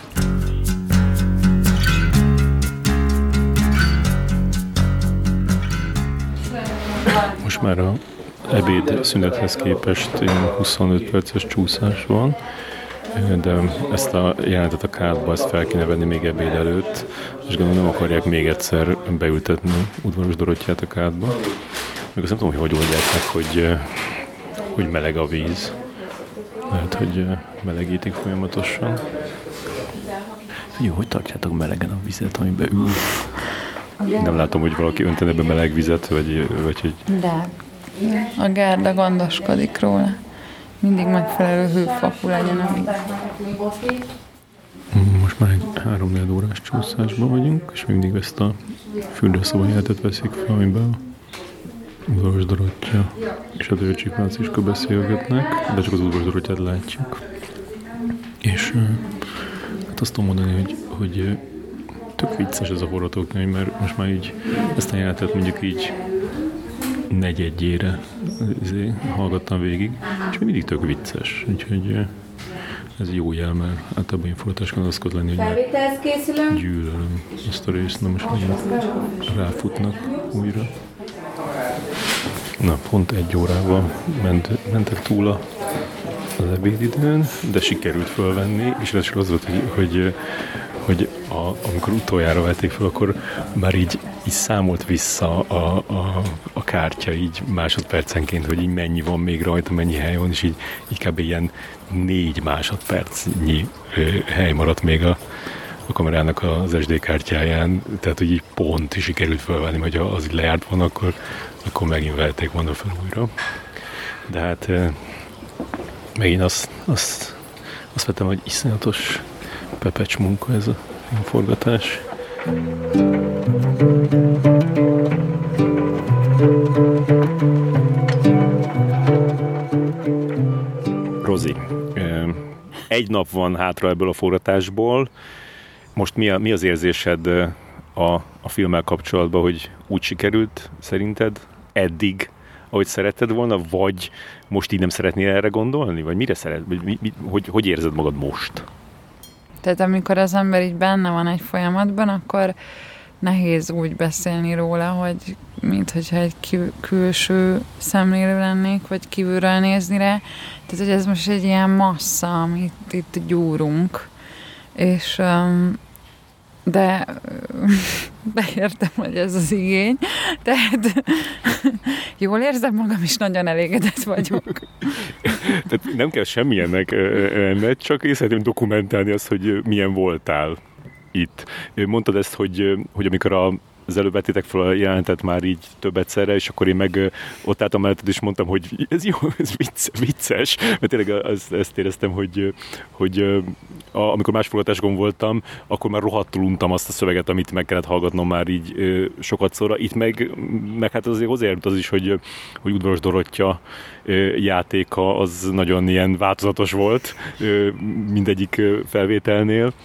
Most már a ebéd szünethez képest huszonöt perces csúszás van, de ezt a jelenetet a kádba, ezt fel kéne venni még ebéd előtt, és gondolom nem akarják még egyszer beültetni Udvaros Dorottyát a kádba. Még azt nem tudom, hogy hogy oldják meg, hogy, hogy meleg a víz. Lehet, hogy melegítik folyamatosan. Jó, hogy tartjátok melegen a vizet, amiben ül? Nem látom, hogy valaki öntene be meleg vizet, vagy, vagy hogy... De a Gerda gondoskodik róla. Mindig megfelelő hőfokú legyen a víz. Most már egy három-négy órás csúszásban vagyunk, és mindig ezt a fürdőszoba jelenetet veszik fel, amiben Udvaros Dorottya és a Törőcsik Franciska beszélgetnek, de csak az Udvaros Dorottyát látjuk. És hát azt tudom mondani, hogy, hogy tök vicces ez a forgatókönyv, mert most már így ezt a jelenetet mondjuk így negyedjére hallgattam végig, és mindig tök vicces. Úgyhogy ez jó jel, mert általában én forgatáskon az lenni, hogy már gyűlölöm ezt a részt, na most megint ráfutnak újra. Na, pont egy órával ment, mentek túl a, az ebédidőn, de sikerült fölvenni, és ez az volt, hogy, hogy hogy a, amikor utoljára vették fel, akkor már így, így számolt vissza a, a, a kártya így másodpercenként, hogy így mennyi van még rajta, mennyi hely van, és így, így kb. Ilyen négy másodpercnyi hely maradt még a, a kamerának az es dé kártyáján, tehát hogy így pont is sikerült felvenni, hogy az így lejárt volna, akkor, akkor megint vették volna fel újra. De hát megint azt, azt, azt vettem, hogy iszonyatos pepecs munka ez a forgatás. Rozi, egy nap van hátra ebből a forgatásból. Most mi, a, mi az érzésed a, a filmmel kapcsolatban, hogy úgy sikerült szerinted eddig, ahogy szeretted volna, vagy most így nem szeretnél erre gondolni? Vagy mire szeret, vagy mi, mi, hogy, hogy érzed magad most? Tehát amikor az ember így benne van egy folyamatban, akkor nehéz úgy beszélni róla, hogy mint hogyha egy kül- külső szemlélő lennék, vagy kívülről nézni rá. Tehát, hogy ez most egy ilyen massza, amit itt gyúrunk. És de beértem, hogy ez az igény. Tehát jól érzem magam, és nagyon elégedett vagyok. Tehát nem kell semmilyennek ennek, csak én szeretném dokumentálni azt, hogy milyen voltál itt. Mondtad ezt, hogy, hogy amikor a az előbb vettétek fel a jelenetet már így több egyszerre, és akkor én meg ott álltam melletted, és mondtam, hogy ez jó, ez vicc, vicces, mert tényleg ezt, ezt éreztem, hogy, hogy a, amikor más forgatásokon voltam, akkor már rohadtul untam azt a szöveget, amit meg kellett hallgatnom már így sokat szóra. Itt meg, meg hát azért hozzájárult az is, hogy, hogy Udvaros Dorottya játéka az nagyon ilyen változatos volt mindegyik felvételnél.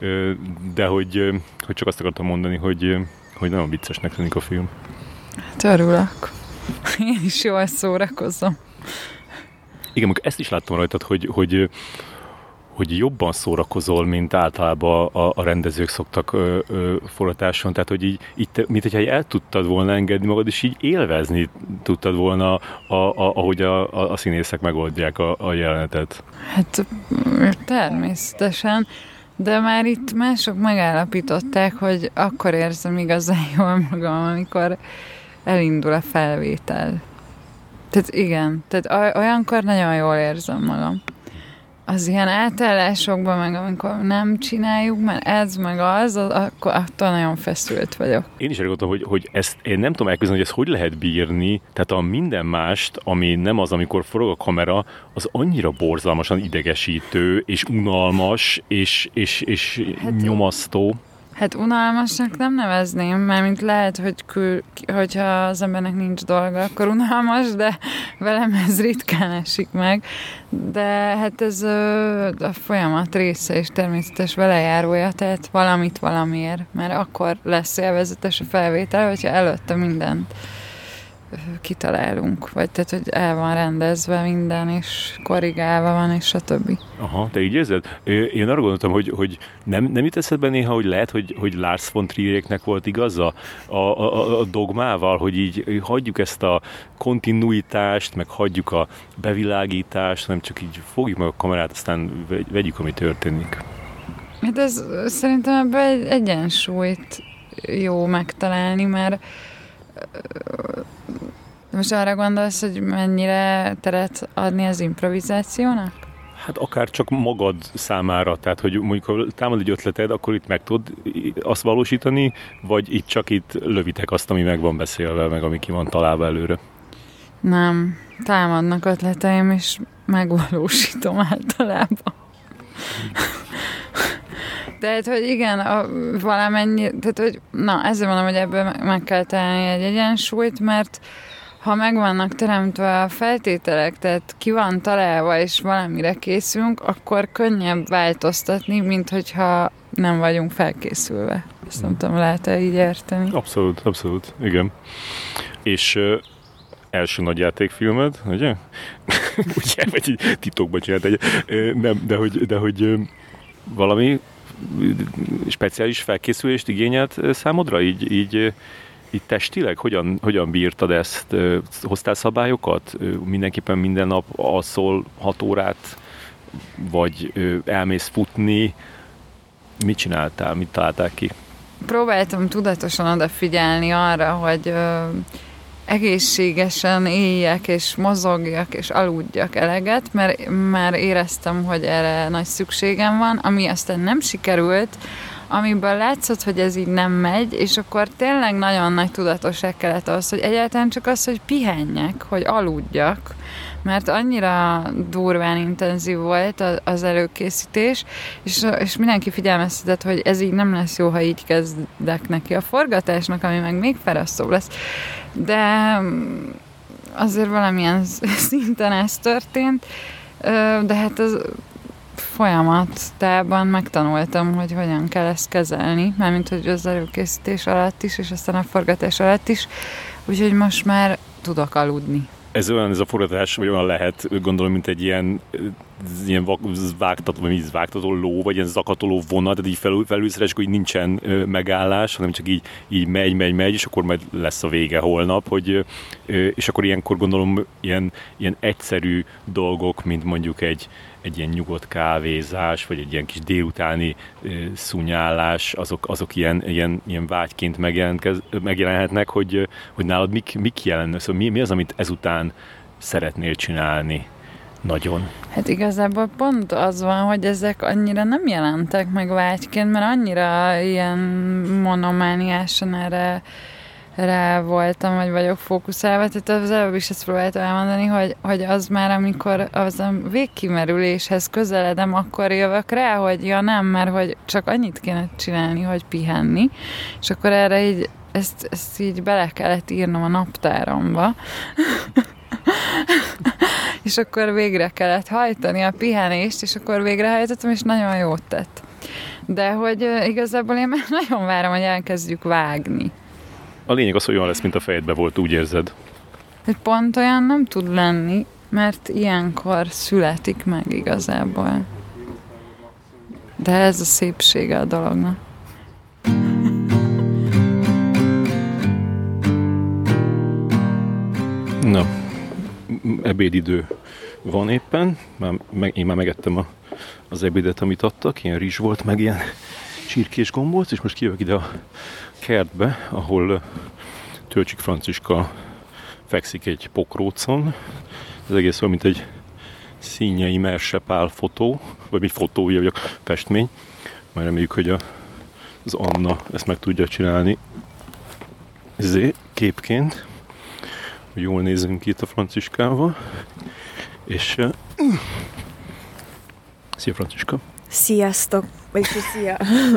de hogy, hogy csak azt akartam mondani, hogy, hogy nagyon viccesnek tűnik a film. Hát örülök. Én is jól szórakozom. Igen, ezt is láttam rajtad, hogy, hogy, hogy jobban szórakozol, mint általában a, a rendezők szoktak ö, ö, forgatáson. Tehát, hogy így, így te, mint hogyha el tudtad volna engedni magad, és így élvezni tudtad volna, a, a, ahogy a, a, a színészek megoldják a, a jelenetet. Hát természetesen, de már itt mások megállapították, hogy akkor érzem igazán jól magam, amikor elindul a felvétel. Tehát igen, tehát olyankor nagyon jól érzem magam. Az ilyen átállásokban, meg amikor nem csináljuk, mert ez meg az, az akkor attól nagyon feszült vagyok. Én is elgondoltam, hogy, hogy ezt én nem tudom elképzelni, hogy ezt hogy lehet bírni, tehát a minden mást, ami nem az, amikor forog a kamera, az annyira borzalmasan idegesítő, és unalmas, és, és, és hát, nyomasztó. Hát unalmasnak nem nevezném, mert mint lehet, hogy kül, hogyha az embernek nincs dolga, akkor unalmas, de velem ez ritkán esik meg. De hát ez ö, a folyamat része és természetes velejárója, tehát valamit valamiért, mert akkor lesz élvezetes a felvétel, hogyha előtte mindent kitalálunk, vagy tehát, hogy el van rendezve minden, és korrigálva van, és a többi. Aha, te így érzed? Én arra gondoltam, hogy, hogy nem, nem jut eszedbe néha, hogy lehet, hogy, hogy Lars von Trieréknek volt igaza a, a, a dogmával, hogy így hagyjuk ezt a kontinuitást, meg hagyjuk a bevilágítást, hanem csak így fogjuk meg a kamerát, aztán vegyük, ami történik. Hát ez szerintem ebben egy egyensúlyt jó megtalálni, mert most arra gondolsz, hogy mennyire teret adni az improvizációnak? Hát akár csak magad számára, tehát hogy mondjuk ha támad egy ötleted, akkor itt meg tudod azt valósítani, vagy itt csak itt lövitek azt, ami meg van beszélve, meg ami ki van találva előre? Nem, támadnak ötleteim, és megvalósítom általában. Tehát, hogy igen, a, valamennyi, tehát, hogy na, ezzel mondom, hogy ebből meg kell találni egy egyensúlyt, mert ha meg vannak teremtve a feltételek, tehát ki van találva, és valamire készülünk, akkor könnyebb változtatni, mint hogyha nem vagyunk felkészülve. Ezt nem tudom, lehet-e így érteni? Abszolút, abszolút, igen. És uh, első nagy játékfilmed, ugye? Ugye, vagy így titokban csinált egy, uh, nem, de hogy, de hogy uh, valami speciális felkészülést igényelt számodra? Így, így, így testileg? Hogyan, hogyan bírtad ezt? Hoztál szabályokat? Mindenképpen minden nap alszol hat órát? Vagy elmész futni? Mit csináltál? Mit találtál ki? Próbáltam tudatosan odafigyelni arra, hogy egészségesen éljek, és mozogjak, és aludjak eleget, mert már éreztem, hogy erre nagy szükségem van, ami aztán nem sikerült, amiből látszott, hogy ez így nem megy, és akkor tényleg nagyon nagy tudatosság kellett az, hogy egyáltalán csak az, hogy pihenjek, hogy aludjak, mert annyira durván intenzív volt az előkészítés, és, és mindenki figyelmeztetett, hogy ez így nem lesz jó, ha így kezdek neki a forgatásnak, ami meg még fárasztóbb lesz. De azért valamilyen szinten ez történt, de hát az folyamatában megtanultam, hogy hogyan kell ezt kezelni, mármint hogy az előkészítés alatt is, és aztán a forgatás alatt is, úgyhogy most már tudok aludni. Ez olyan, ez a forgatás, vagy olyan lehet, gondolom, mint egy ilyen, ilyen vágtató, vagy így vágtató ló, vagy ilyen zakatoló vonat, tehát így felül, felülsz rá, és akkor így nincsen megállás, hanem csak így, így megy, megy, megy, és akkor majd lesz a vége holnap, hogy, és akkor ilyenkor gondolom ilyen, ilyen egyszerű dolgok, mint mondjuk egy, egy ilyen nyugodt kávézás, vagy egy ilyen kis délutáni szúnyálás, azok, azok ilyen, ilyen, ilyen vágyként megjelenhetnek, hogy, hogy nálad mik, mik jelennek, szóval mi, mi az, amit ezután szeretnél csinálni nagyon? Hát igazából pont az van, hogy ezek annyira nem jelentek meg vágyként, mert annyira ilyen monomániásan erre rá voltam, vagy vagyok fókuszálva, tehát az előbb is ezt próbáltam elmondani, hogy, hogy az már, amikor az a végkimerüléshez közeledem, akkor jövök rá, hogy ja nem, mert hogy csak annyit kéne csinálni, hogy pihenni, és akkor erre így ezt, ezt így bele kellett írnom a naptáramba, és akkor végre kellett hajtani a pihenést, és akkor végrehajtottam, és nagyon jót tett. De hogy uh, igazából én már nagyon várom, hogy elkezdjük vágni. A lényeg az, hogy olyan lesz, mint a fejedbe volt, úgy érzed. Hogy pont olyan nem tud lenni, mert ilyenkor születik meg igazából. De ez a szépsége a dolognak. Na, ebédidő van éppen. Már meg, én már megettem a, az ebédet, amit adtak. Ilyen rizs volt, meg ilyen csirkés gombóc, és most kijövök ide a kertbe, ahol Tölcsik Franciska fekszik egy pokrócon. Ez egész olyan, mint egy Színyei Mersepál fotó, vagy egy fotója, vagy a festmény. Majd reméljük, hogy a, az Anna ezt meg tudja csinálni ezért képként, hogy jól nézzünk ki itt a Franciskával. És uh, szia, Franciska! Sziasztok! Vagyis szia!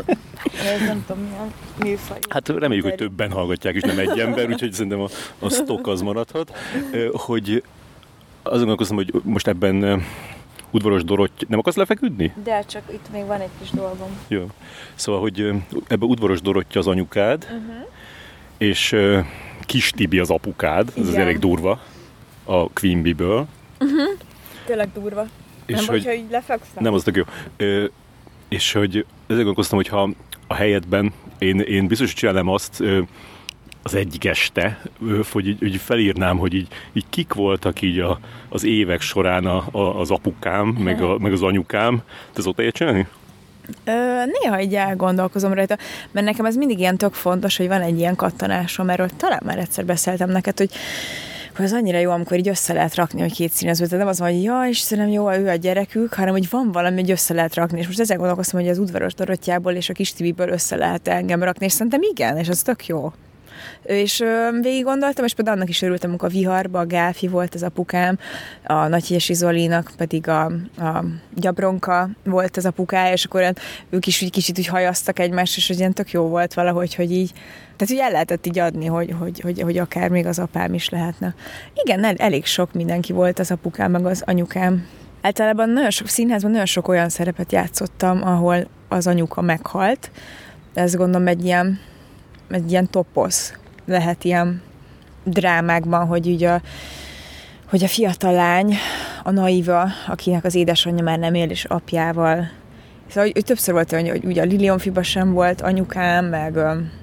Ez nem tudom, milyen műfaj. Hát reméljük, hogy többen hallgatják, és nem egy ember, úgyhogy szerintem a, a sztok az maradhat. Hogy azon gondolkoztam, hogy most ebben Udvaros Dorotty... Nem akarsz lefeküdni? De csak itt még van egy kis dolgom. Jó. Szóval, hogy ebben Udvaros Dorotty az anyukád, uh-huh. és Kis Tibi az apukád, ez az elég durva, a Quimby-ből. Uh-huh. Tényleg durva. És nem, hogy, hogyha így lefekszem. Nem, az tök jó. Ö, és hogy ezzel gondolkoztam, hogy ha a helyedben én, én biztos csinálom azt ö, az egyik este, ö, hogy így, így felírnám, hogy így, így kik voltak így a, az évek során a, a, az apukám, meg, a, meg az anyukám. Te szoktál ilyet csinálni? Ö, néha így elgondolkozom rajta, mert nekem ez mindig ilyen tök fontos, hogy van egy ilyen kattanásom, erről talán már egyszer beszéltem neked, hogy hogy az annyira jó, amikor így össze lehet rakni, hogy két színező, tehát nem az van, hogy ja, Istenem, jó, ő a gyerekük, hanem hogy van valami, hogy össze lehet rakni. És most ezzel gondolkoztam, hogy az Udvaros Dorottyából és a Kis Tibiből össze lehet engem rakni, és szerintem igen, és az tök jó. És ö, végig gondoltam, és például annak is örültem, amikor a Viharba a Gáfi volt az apukám, a Nagyhiesi Zolinak pedig a, a Gyabronka volt az apukája, és akkor olyan, ők is úgy kicsit úgy hajaztak egymást, és hogy ilyen tök jó volt valahogy, hogy így, tehát úgy el lehetett így adni, hogy, hogy, hogy, hogy akár még az apám is lehetne. Igen, elég sok mindenki volt az apukám, meg az anyukám. Általában nagyon sok színházban nagyon sok olyan szerepet játszottam, ahol az anyuka meghalt. Ez gondolom egy ilyen egy ilyen toposz lehet ilyen drámákban, hogy ugye a, hogy a fiatal lány, a Naiva, akinek az édesanyja már nem él, és apjával. Szóval hogy többször volt, hogy, hogy ugye a Lilionfiba sem volt anyukám, meg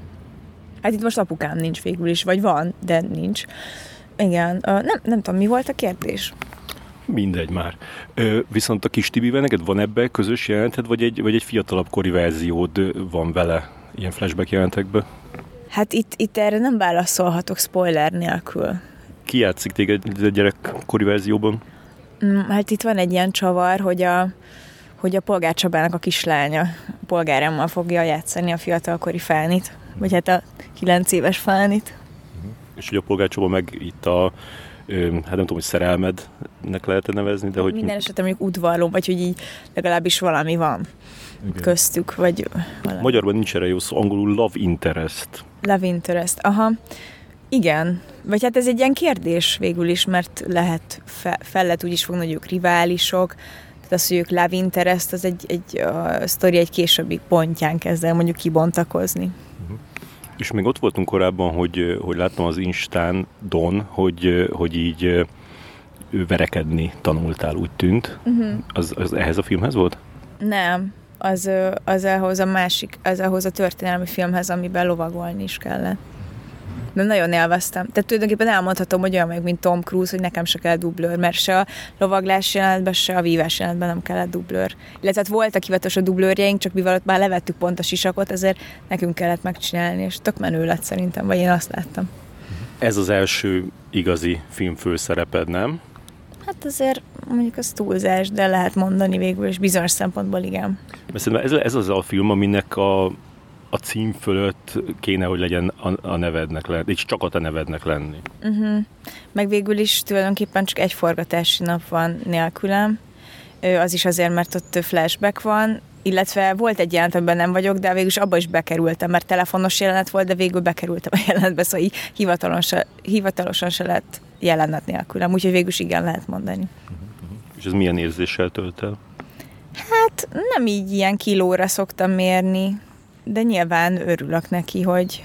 hát itt most apukám nincs végül is, vagy van, de nincs. Igen, nem, nem tudom, mi volt a kérdés? Mindegy már. Ö, viszont a Kis Tibivel neked van ebbe közös jelented, vagy egy, vagy egy fiatalabb kori verziód van vele ilyen flashback jelentekben? Hát itt, itt erre nem válaszolhatok spoiler nélkül. Ki játszik téged a gyerekkori verzióban? Hát itt van egy ilyen csavar, hogy a, hogy a Polgár Csabának a kislánya a polgárámmal fogja játszani a fiatalkori Fánit, vagy hát a kilenc éves Fánit. És hogy a Polgár Csaba meg itt a, hát nem tudom, hogy szerelmednek lehet nevezni, de hogy... Minden esetben mondjuk udvarló, vagy hogy így legalábbis valami van. Igen. Köztük, vagy valami. Magyarban nincs erre jó szó, angolul love interest. Love interest, aha. Igen. Vagy hát ez egy ilyen kérdés végül is, mert lehet, fe, fel lehet úgy is fogni, hogy ők riválisok, tehát az, hogy ők love interest, az egy, egy a sztori egy későbbi pontján kezd el mondjuk kibontakozni. Uh-huh. És még ott voltunk korábban, hogy, hogy láttam az Instán Don, hogy, hogy így verekedni tanultál, úgy tűnt. Uh-huh. Az, az ehhez a filmhez volt? Nem. Az, az ahhoz a másik, az ahhoz a történelmi filmhez, amiben lovagolni is kellett. De nagyon élveztem. Tehát tulajdonképpen elmondhatom, hogy olyan meg, mint Tom Cruise, hogy nekem se kell dublőr, mert se a lovaglás jelenetben, se a vívás jelenetben nem kellett dublőr. Illetve voltak hivatalos a dublőrjeink, csak mivel ott már levettük pont a sisakot, ezért nekünk kellett megcsinálni, és tök menő lett szerintem, vagy én azt láttam. Ez az első igazi filmfőszereped, nem? Hát azért mondjuk az túlzás, de lehet mondani végül, és bizonyos szempontból igen. Mert ez, ez az a film, aminek a, a cím fölött kéne, hogy legyen a, a nevednek lenni, és csak a te nevednek lenni. Uh-huh. Meg végül is tulajdonképpen csak egy forgatási nap van nélkülem. Az is azért, mert ott flashback van, illetve volt egy jelenet, amiben nem vagyok, de végül is abba is bekerültem, mert telefonos jelenet volt, de végül bekerültem a jelenetbe, szóval így hivatalosan, hivatalosan se lett jelenet nélkülem, úgyhogy végül is igen lehet mondani. És ez milyen érzéssel tölt el? Hát Hát nem így ilyen kilóra szoktam mérni, de nyilván örülök neki, hogy,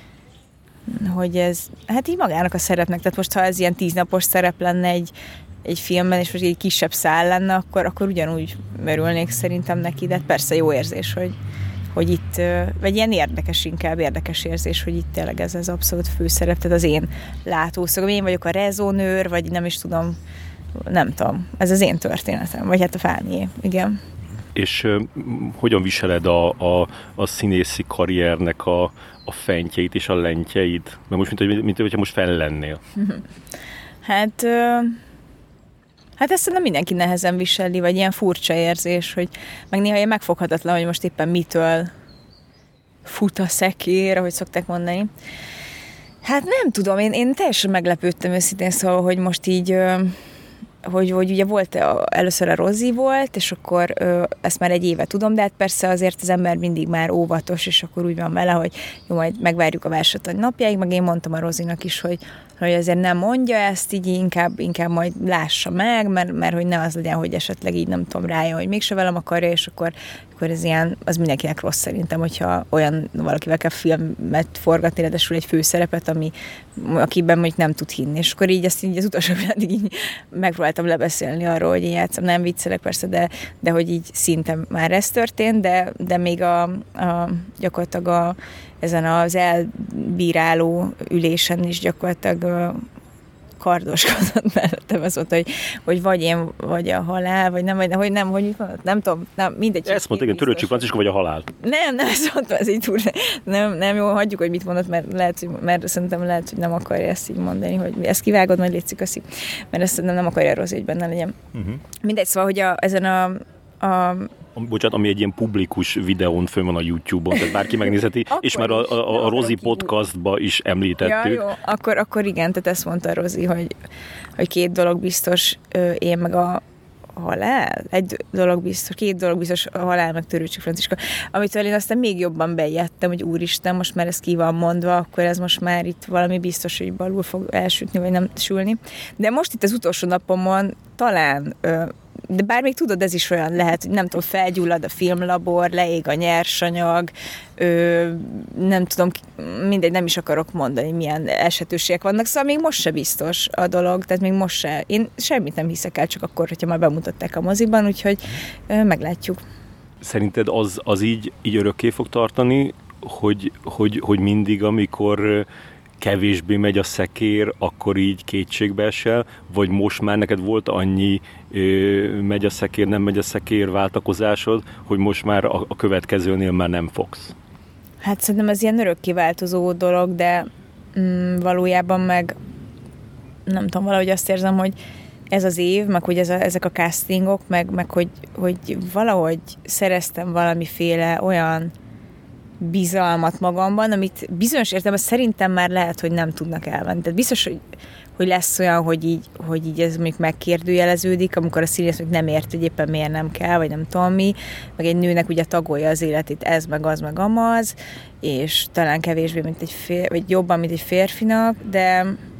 hogy ez, hát így magának a szerepnek, tehát most ha ez ilyen tíznapos szerep lenne egy, egy filmben, és most egy kisebb szál lenne, akkor, akkor ugyanúgy örülnék szerintem neki, de persze jó érzés, hogy, hogy itt, vagy ilyen érdekes, inkább érdekes érzés, hogy itt tényleg ez az abszolút főszerep, tehát az én látószögem, én vagyok a rezonőr, vagy nem is tudom, nem tudom, ez az én történetem, vagy hát a Fánié, igen. És uh, hogyan viseled a, a, a színészi karriernek a, a fentjeit és a lentjeit? Mert most, mint, mint hogyha most fenn lennél. Hát, uh, hát ezt nem mindenki nehezen viseli, vagy ilyen furcsa érzés, hogy meg néha ilyen megfoghatatlan, hogy most éppen mitől fut a szekér, ahogy szokták mondani. Hát nem tudom, én, én teljesen meglepődtem őszintén, szóval, hogy most így... Uh, Hogy, hogy ugye volt, először a Rozi volt, és akkor ö, ezt már egy éve tudom, de hát persze azért az ember mindig már óvatos, és akkor úgy van vele, hogy jó, majd megvárjuk a vásártany napjáig, meg én mondtam a Rozinak is, hogy, hogy azért nem mondja ezt, így inkább, inkább majd lássa meg, mert, mert hogy ne az legyen, hogy esetleg így nem tudom, rájön, hogy mégse velem akarja, és akkor, akkor ez ilyen, az mindenkinek rossz szerintem, hogyha olyan valakivel kell filmet forgatni, ráadásul egy főszerepet, ami, akiben mondjuk nem tud hinni, és akkor így ezt így az utolsó pillanatig így megpróbáltam lebeszélni arról, hogy én játszom, nem viccelek persze, de, de hogy így szinte már ez történt, de, de még a, a gyakorlatilag a, ezen az elbíráló ülésen is gyakorlatilag kardoskodott mellettem, az volt, hogy, hogy vagy én, vagy a halál, vagy nem, vagy hogy nem, hogy mit mondott, nem tudom, nem, mindegy. Ezt mondta, igen, Törőcsik Franciska, vagy a halál. Nem, nem, ezt mondta, ez így túl, nem, nem jó, hagyjuk, hogy mit mondott, mert, lehet, mert szerintem lehet, hogy nem akarja ezt így mondani, hogy ezt kivágod, majd létszik, köszi, mert ezt nem, nem akarja rossz, hogy benne legyen. Uh-huh. Mindegy, szóval, hogy a, ezen a, a bocsánat, ami egy ilyen publikus videón fönn van a YouTube-on, tehát bárki megnézheti, és már a, a, a Rozi podcastba is említettük. Ja, jó, akkor, akkor igen, tehát ezt mondta a Rozi, hogy, hogy két dolog biztos, én meg a halál, egy dolog biztos, két dolog biztos, a halál meg Törőcsik Franciska, amitől én aztán még jobban bejettem, hogy úristen, most már ez ki van mondva, akkor ez most már itt valami biztos, hogy balul fog elsütni, vagy nem sülni. De most itt az utolsó napomon talán de bár még tudod, ez is olyan lehet, hogy nem tudom, felgyullad a filmlabor, leég a nyersanyag, ö, nem tudom, mindegy, nem is akarok mondani, milyen esetőségek vannak, szóval még most se biztos a dolog, tehát még most se, én semmit nem hiszek el, csak akkor, hogyha már bemutatták a moziban, úgyhogy ö, meglátjuk. Szerinted az, az így, így örökké fog tartani, hogy, hogy, hogy mindig, amikor kevésbé megy a szekér, akkor így kétségbe esel, vagy most már neked volt annyi ö, megy a szekér, nem megy a szekér váltakozásod, hogy most már a, a következőnél már nem fogsz? Hát szerintem ez ilyen örökké változó dolog, de mm, valójában meg nem tudom, valahogy azt érzem, hogy ez az év, meg hogy ez a, ezek a castingok, meg, meg hogy, hogy valahogy szereztem valamiféle olyan bizalmat magamban, amit bizonyos értelemben szerintem már lehet, hogy nem tudnak elvenni. Tehát biztos, hogy, hogy lesz olyan, hogy így, hogy így ez mondjuk megkérdőjeleződik, amikor a színész nem ért, hogy éppen miért nem kell, vagy nem tudom mi, meg egy nőnek ugye tagolja az életét ez, meg az, meg amaz, és talán kevésbé, mint egy fér, vagy jobban, mint egy férfinak, de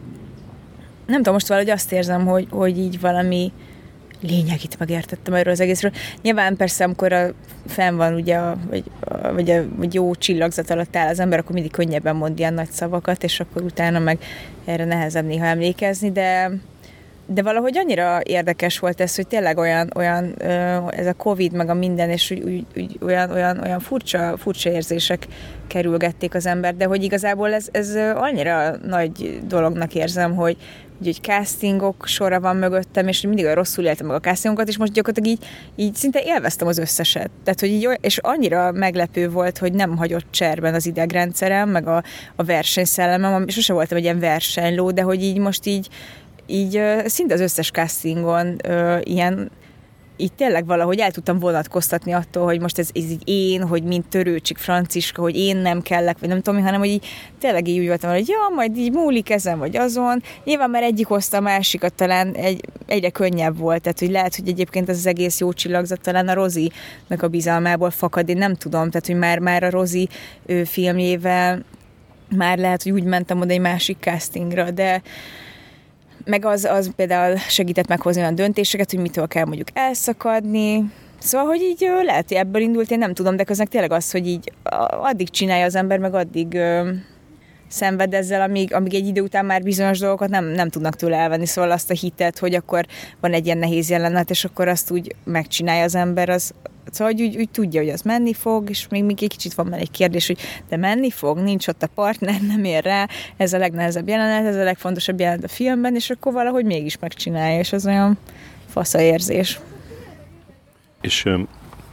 nem tudom, most valahogy azt érzem, hogy, hogy így valami lényegét megértettem erről az egészről. Nyilván persze, amikor a, fenn van ugye, a, vagy, a, vagy, a, vagy jó csillagzat alatt áll az ember, akkor mindig könnyebben mond ilyen nagy szavakat, és akkor utána meg erre nehezebb néha emlékezni, de, de valahogy annyira érdekes volt ez, hogy tényleg olyan, olyan ez a Covid, meg a minden, és úgy, úgy, úgy, olyan, olyan, olyan furcsa, furcsa érzések kerülgették az ember, de hogy igazából ez, ez annyira nagy dolognak érzem, hogy hogy castingok sorra van mögöttem, és mindig olyan rosszul éltem meg a castingokat, és most gyakorlatilag így, így szinte élveztem az összeset. Tehát, hogy így, és annyira meglepő volt, hogy nem hagyott cserben az idegrendszerem, meg a, a versenyszellemem, és sose voltam egy ilyen versenyló, de hogy így most így, így szinte az összes castingon ilyen így tényleg valahogy el tudtam vonatkoztatni attól, hogy most ez, ez így én, hogy mint Törőcsik Franciska, hogy én nem kellek, vagy nem tudom, hanem hogy így tényleg így úgy voltam, hogy ja, majd így múlik ezen, vagy azon. Nyilván már egyik hozta a másikat, talán egy, egyre könnyebb volt, tehát hogy lehet, hogy egyébként ez az egész jó csillagzat talán a Rozinak a bizalmából fakad, én nem tudom, tehát hogy már, már a Rozi ő, filmjével már lehet, hogy úgy mentem oda egy másik castingra, de meg az, az például segített meghozni olyan döntéseket, hogy mitől kell mondjuk elszakadni, Szóval, hogy így lehet, hogy ebből indult, én nem tudom, de közben tényleg az, hogy így addig csinálja az ember, meg addig ö, szenved ezzel, amíg, amíg egy idő után már bizonyos dolgokat nem, nem tudnak tőle elvenni. Szóval azt a hitet, hogy akkor van egy ilyen nehéz jelenet, és akkor azt úgy megcsinálja az ember, az, szóval hogy úgy, úgy tudja, hogy az menni fog, és még, még egy kicsit van már egy kérdés, hogy de menni fog, nincs ott a partner, nem ér rá, ez a legnehezebb jelenet, ez a legfontosabb jelenet a filmben, és akkor valahogy mégis megcsinálja, és az olyan fasza érzés. És um,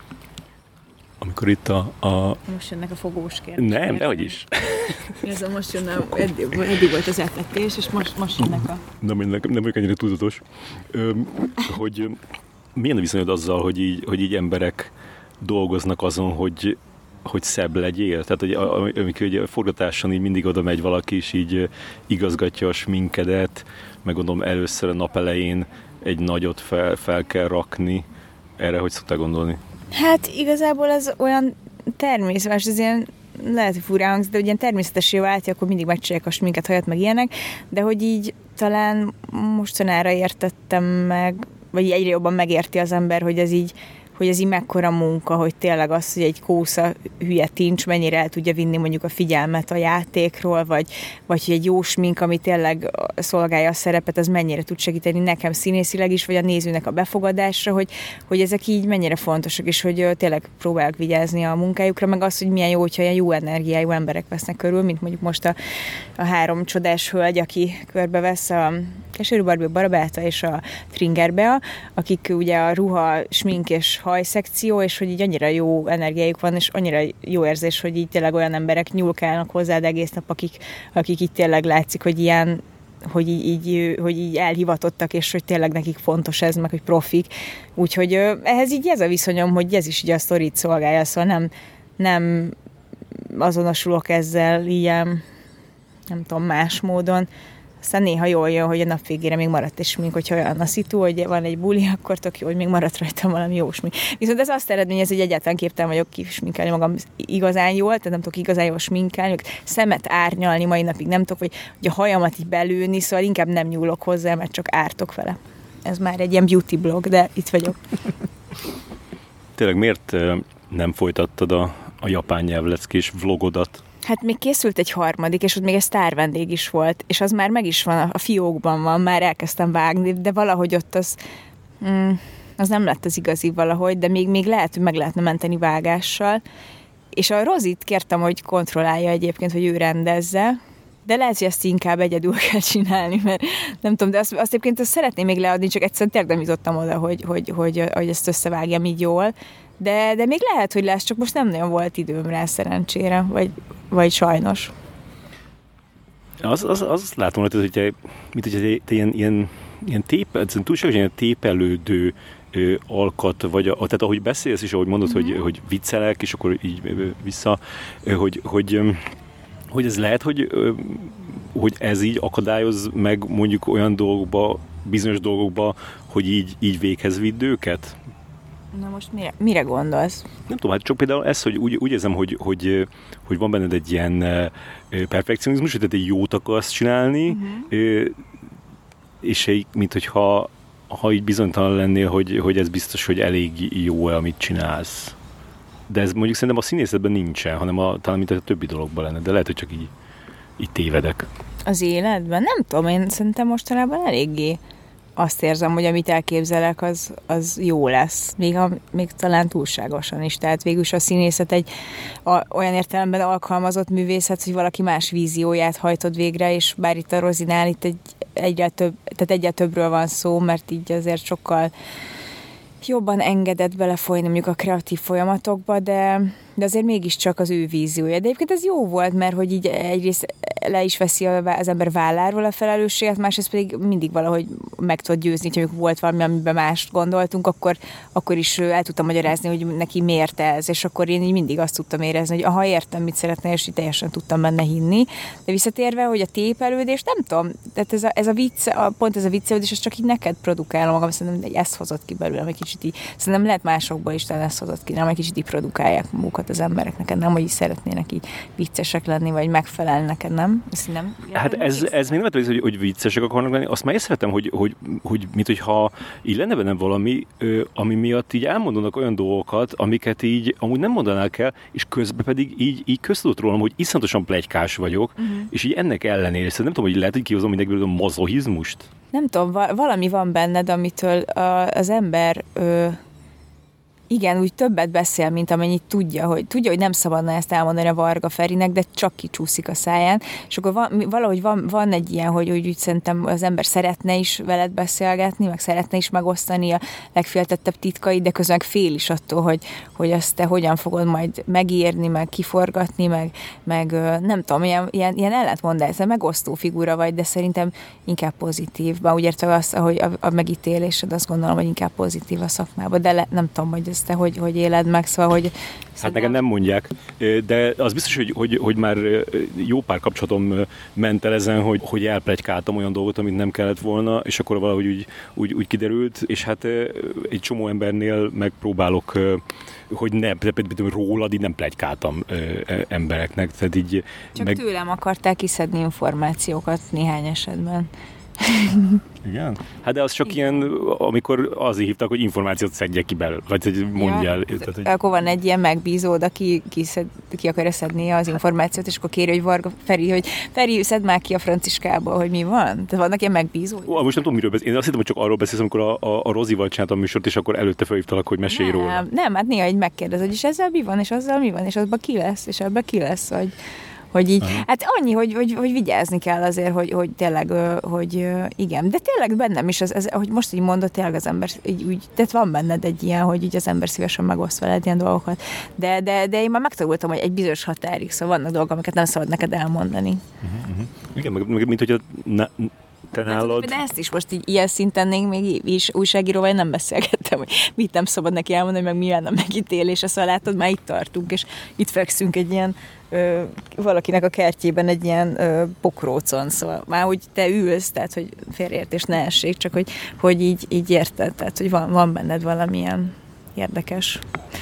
amikor itt a, a... Most jönnek a fogós kérdések. Nem, dehogy is. Ez a most jönne, eddig, eddig volt az etetés, és most, most jönnek a... Nem, nem, nem vagyok ennyire tudatos. Öm, hogy milyen a viszonyod azzal, hogy így, hogy így emberek dolgoznak azon, hogy, hogy szebb legyél? Tehát, hogy amikor ugye a forgatáson így mindig oda megy valaki, és így igazgatja a sminkedet, meg gondolom először a nap elején egy nagyot fel, fel kell rakni. Erre hogy szoktál gondolni? Hát igazából ez olyan természetes, ez ilyen lehet, hogy furán hangzik, de ilyen természetesé vált, akkor mindig megcsinálják a sminket, hajat, meg ilyenek, de hogy így talán mostanára értettem meg, vagy egyre jobban megérti az ember, hogy ez így, hogy ez így mekkora munka, hogy tényleg az, hogy egy kósza hülye tincs mennyire el tudja vinni mondjuk a figyelmet a játékról, vagy, vagy hogy egy jó smink, ami tényleg szolgálja a szerepet, az mennyire tud segíteni nekem színészileg is, vagy a nézőnek a befogadásra, hogy, hogy ezek így mennyire fontosak, és hogy tényleg próbálják vigyázni a munkájukra, meg az, hogy milyen jó, hogyha ilyen jó energiájú emberek vesznek körül, mint mondjuk most a, a három csodás hölgy, aki körbevesz, a Keserű Barbie, a Barabáta és a Tringer Bea, akik ugye a ruha, smink és hajszekció, és hogy így annyira jó energiájuk van, és annyira jó érzés, hogy így tényleg olyan emberek nyúlkálnak hozzád egész nap, akik, akik így tényleg látszik, hogy ilyen, hogy így, így, hogy így elhivatottak, és hogy tényleg nekik fontos ez, meg hogy profik. Úgyhogy ehhez így ez a viszonyom, hogy ez is így a sztorit szolgálja, szóval nem, nem azonosulok ezzel ilyen, nem tudom, más módon. Aztán néha jól jön, hogy a nap végére még maradt egy smink, hogyha olyan a szitu, hogy van egy buli, akkor tök jó, hogy még maradt rajtam valami jó smink. Viszont ez azt eredményez, hogy egyáltalán képtelen vagyok kisminkelni magam igazán jól, tehát nem tudok igazán jól sminkelni, szemet árnyalni mai napig nem tudok, vagy hogy a hajamat így belőni, szóval inkább nem nyúlok hozzá, mert csak ártok vele. Ez már egy ilyen beauty blog, de itt vagyok. Tényleg miért nem folytattad a, a japán nyelvleckés vlogodat? Hát még készült egy harmadik, és ott még egy sztár vendég is volt, és az már meg is van, a fiókban van, már elkezdtem vágni, de valahogy ott az, mm, az nem lett az igazi valahogy, de még, még lehet, hogy meg lehetne menteni vágással. És a Rozit kértem, hogy kontrollálja egyébként, hogy ő rendezze, de lehet, hogy ezt inkább egyedül kell csinálni, mert nem tudom, de azt, azt egyébként azt szeretném még leadni, csak egyszerűen tényleg nem jutottam oda, hogy, hogy, hogy, hogy ezt összevágjam így jól. De, de még lehet, hogy lesz, csak most nem nagyon volt időm rá szerencsére, vagy, vagy sajnos. Az, az, az látom, hogy te, mint hogy te ilyen, ilyen, ilyen tépe, túlságosan ilyen tépelődő ö, alkat, vagy a, tehát ahogy beszélsz is, ahogy mondod, mm-hmm. hogy, hogy viccelek, és akkor így ö, vissza, ö, hogy, hogy, ö, hogy ez lehet, hogy, ö, hogy ez így akadályoz meg mondjuk olyan dolgokba, bizonyos dolgokba, hogy így, így véghez vidd őket? Na most mire, mire gondolsz? Nem tudom, hát csak például ez, hogy úgy, úgy érzem, hogy, hogy, hogy van benned egy ilyen perfekcionizmus, hogy te egy jót akarsz csinálni, uh-huh. és egy, mint hogyha ha így bizonytalan lennél, hogy, hogy ez biztos, hogy elég jó, amit csinálsz. De ez mondjuk szerintem a színészetben nincsen, hanem a, talán mint a többi dologban lenne, de lehet, hogy csak így, így tévedek. Az életben? Nem tudom, én szerintem mostanában eléggé azt érzem, hogy amit elképzelek, az, az jó lesz. Még, a, még talán túlságosan is. Tehát végülis a színészet egy a, olyan értelemben alkalmazott művészet, hogy valaki más vízióját hajtod végre, és bár itt a Rozinál itt egy, egyre több, tehát egyre többről van szó, mert így azért sokkal jobban engedett belefolyni mondjuk a kreatív folyamatokba, de, de azért mégiscsak az ő víziója. De egyébként ez jó volt, mert hogy így egyrészt le is veszi az ember válláról a felelősséget, másrészt pedig mindig valahogy meg tudod győzni, hogy volt valami, amiben mást gondoltunk, akkor, akkor is el tudtam magyarázni, hogy neki miért ez, és akkor én így mindig azt tudtam érezni, hogy aha, értem, mit szeretne, és így teljesen tudtam benne hinni. De visszatérve, hogy a tépelődés, nem tudom, tehát ez a, ez a vicc, a, pont ez a viccelődés, ez csak így neked produkálom magam, szerintem ezt hozott ki belőlem egy kicsit így. Szerintem lehet másokból is, talán ezt hozott ki, nem egy kicsit így produkálják magukat dolgokat az emberek, neked nem, hogy így szeretnének így viccesek lenni, vagy megfelelni neked, nem? Ezt nem hát ez, ez még nem tudom, hogy, hogy viccesek akarnak lenni, azt már észrevettem, hogy, hogy, hogy mint hogyha így lenne bennem valami, ami miatt így elmondanak olyan dolgokat, amiket így amúgy nem mondanák el, és közben pedig így, így köztudott rólam, hogy iszonyatosan pletykás vagyok, uh-huh. és így ennek ellenére, szóval nem tudom, hogy lehet, hogy kihozom mindenkiből a mazohizmust. Nem tudom, valami van benned, amitől az ember ö, igen, úgy többet beszél, mint amennyit tudja, hogy tudja, hogy nem szabadna ezt elmondani a Varga Ferinek, de csak kicsúszik a száján, és akkor van, valahogy van, van egy ilyen, hogy úgy, úgy szerintem az ember szeretne is veled beszélgetni, meg szeretne is megosztani a legféltettebb titkait, de közben fél is attól, hogy, hogy azt te hogyan fogod majd megírni, meg kiforgatni, meg, meg nem tudom, ilyen, ilyen, ilyen ellentmondás, megosztó figura vagy, de szerintem inkább pozitív. Bár úgy értem azt, hogy a, a megítélésed, azt gondolom, hogy inkább pozitív a szakmában, de le, nem tudom, hogy te hogy, hogy éled meg, szóval, hogy... Hát nekem nem mondják, de az biztos, hogy, hogy, hogy már jó pár kapcsolatom ment el ezen, hogy, hogy elpletykáltam olyan dolgot, amit nem kellett volna, és akkor valahogy úgy, úgy, úgy kiderült, és hát egy csomó embernél megpróbálok, hogy nem, például rólad így nem pletykáltam embereknek, tehát így... Csak meg... tőlem akarták kiszedni információkat néhány esetben. Igen? Hát de az csak igen. Ilyen, amikor azért hívtak, hogy információt szedjek ki belőle, vagy hogy mondjál. Ja, tehát, hogy... Akkor van egy ilyen megbízód, aki ki, szed, ki akarja szedni az információt, és akkor kéri, hogy Varga Feri, hogy Feri, szedd már ki a Franciskából, hogy mi van. Tehát vannak ilyen megbízói. Ó, most nem tudom, miről beszél. Én azt hittem, hogy csak arról beszélsz, amikor a, a, a Rozival csináltam műsort, és akkor előtte felhívtalak, hogy mesélj nem, róla. Nem, hát néha egy megkérdez, hogy és ezzel mi van, és azzal mi van, és abban ki lesz, és ebben ki lesz, hogy... Hogy így, uh-huh. hát annyi, hogy, hogy, hogy vigyázni kell azért, hogy, hogy tényleg, hogy igen, de tényleg bennem is, az, az, hogy most így mondod, tényleg az ember, így, úgy, tehát van benned egy ilyen, hogy így az ember szívesen megoszt veled ilyen dolgokat, de, de, de én már megtanultam, hogy egy bizonyos határig, szóval vannak dolgok, amiket nem szabad neked elmondani. Uh-huh, uh-huh. Igen, meg, meg mint hogyha ne, te nálad... De ezt is most így ilyen szinten még is újságíróval nem beszélgettem, hogy mit nem szabad neki elmondani, meg milyen a megítélés, azt látod, már itt tartunk, és itt fekszünk egy ilyen Ö, valakinek a kertjében egy ilyen ö, pokrócon, szóval már úgy te ülsz, tehát hogy félreértés ne essék, csak hogy, hogy így, így érted, tehát hogy van, van benned valamilyen érdekes.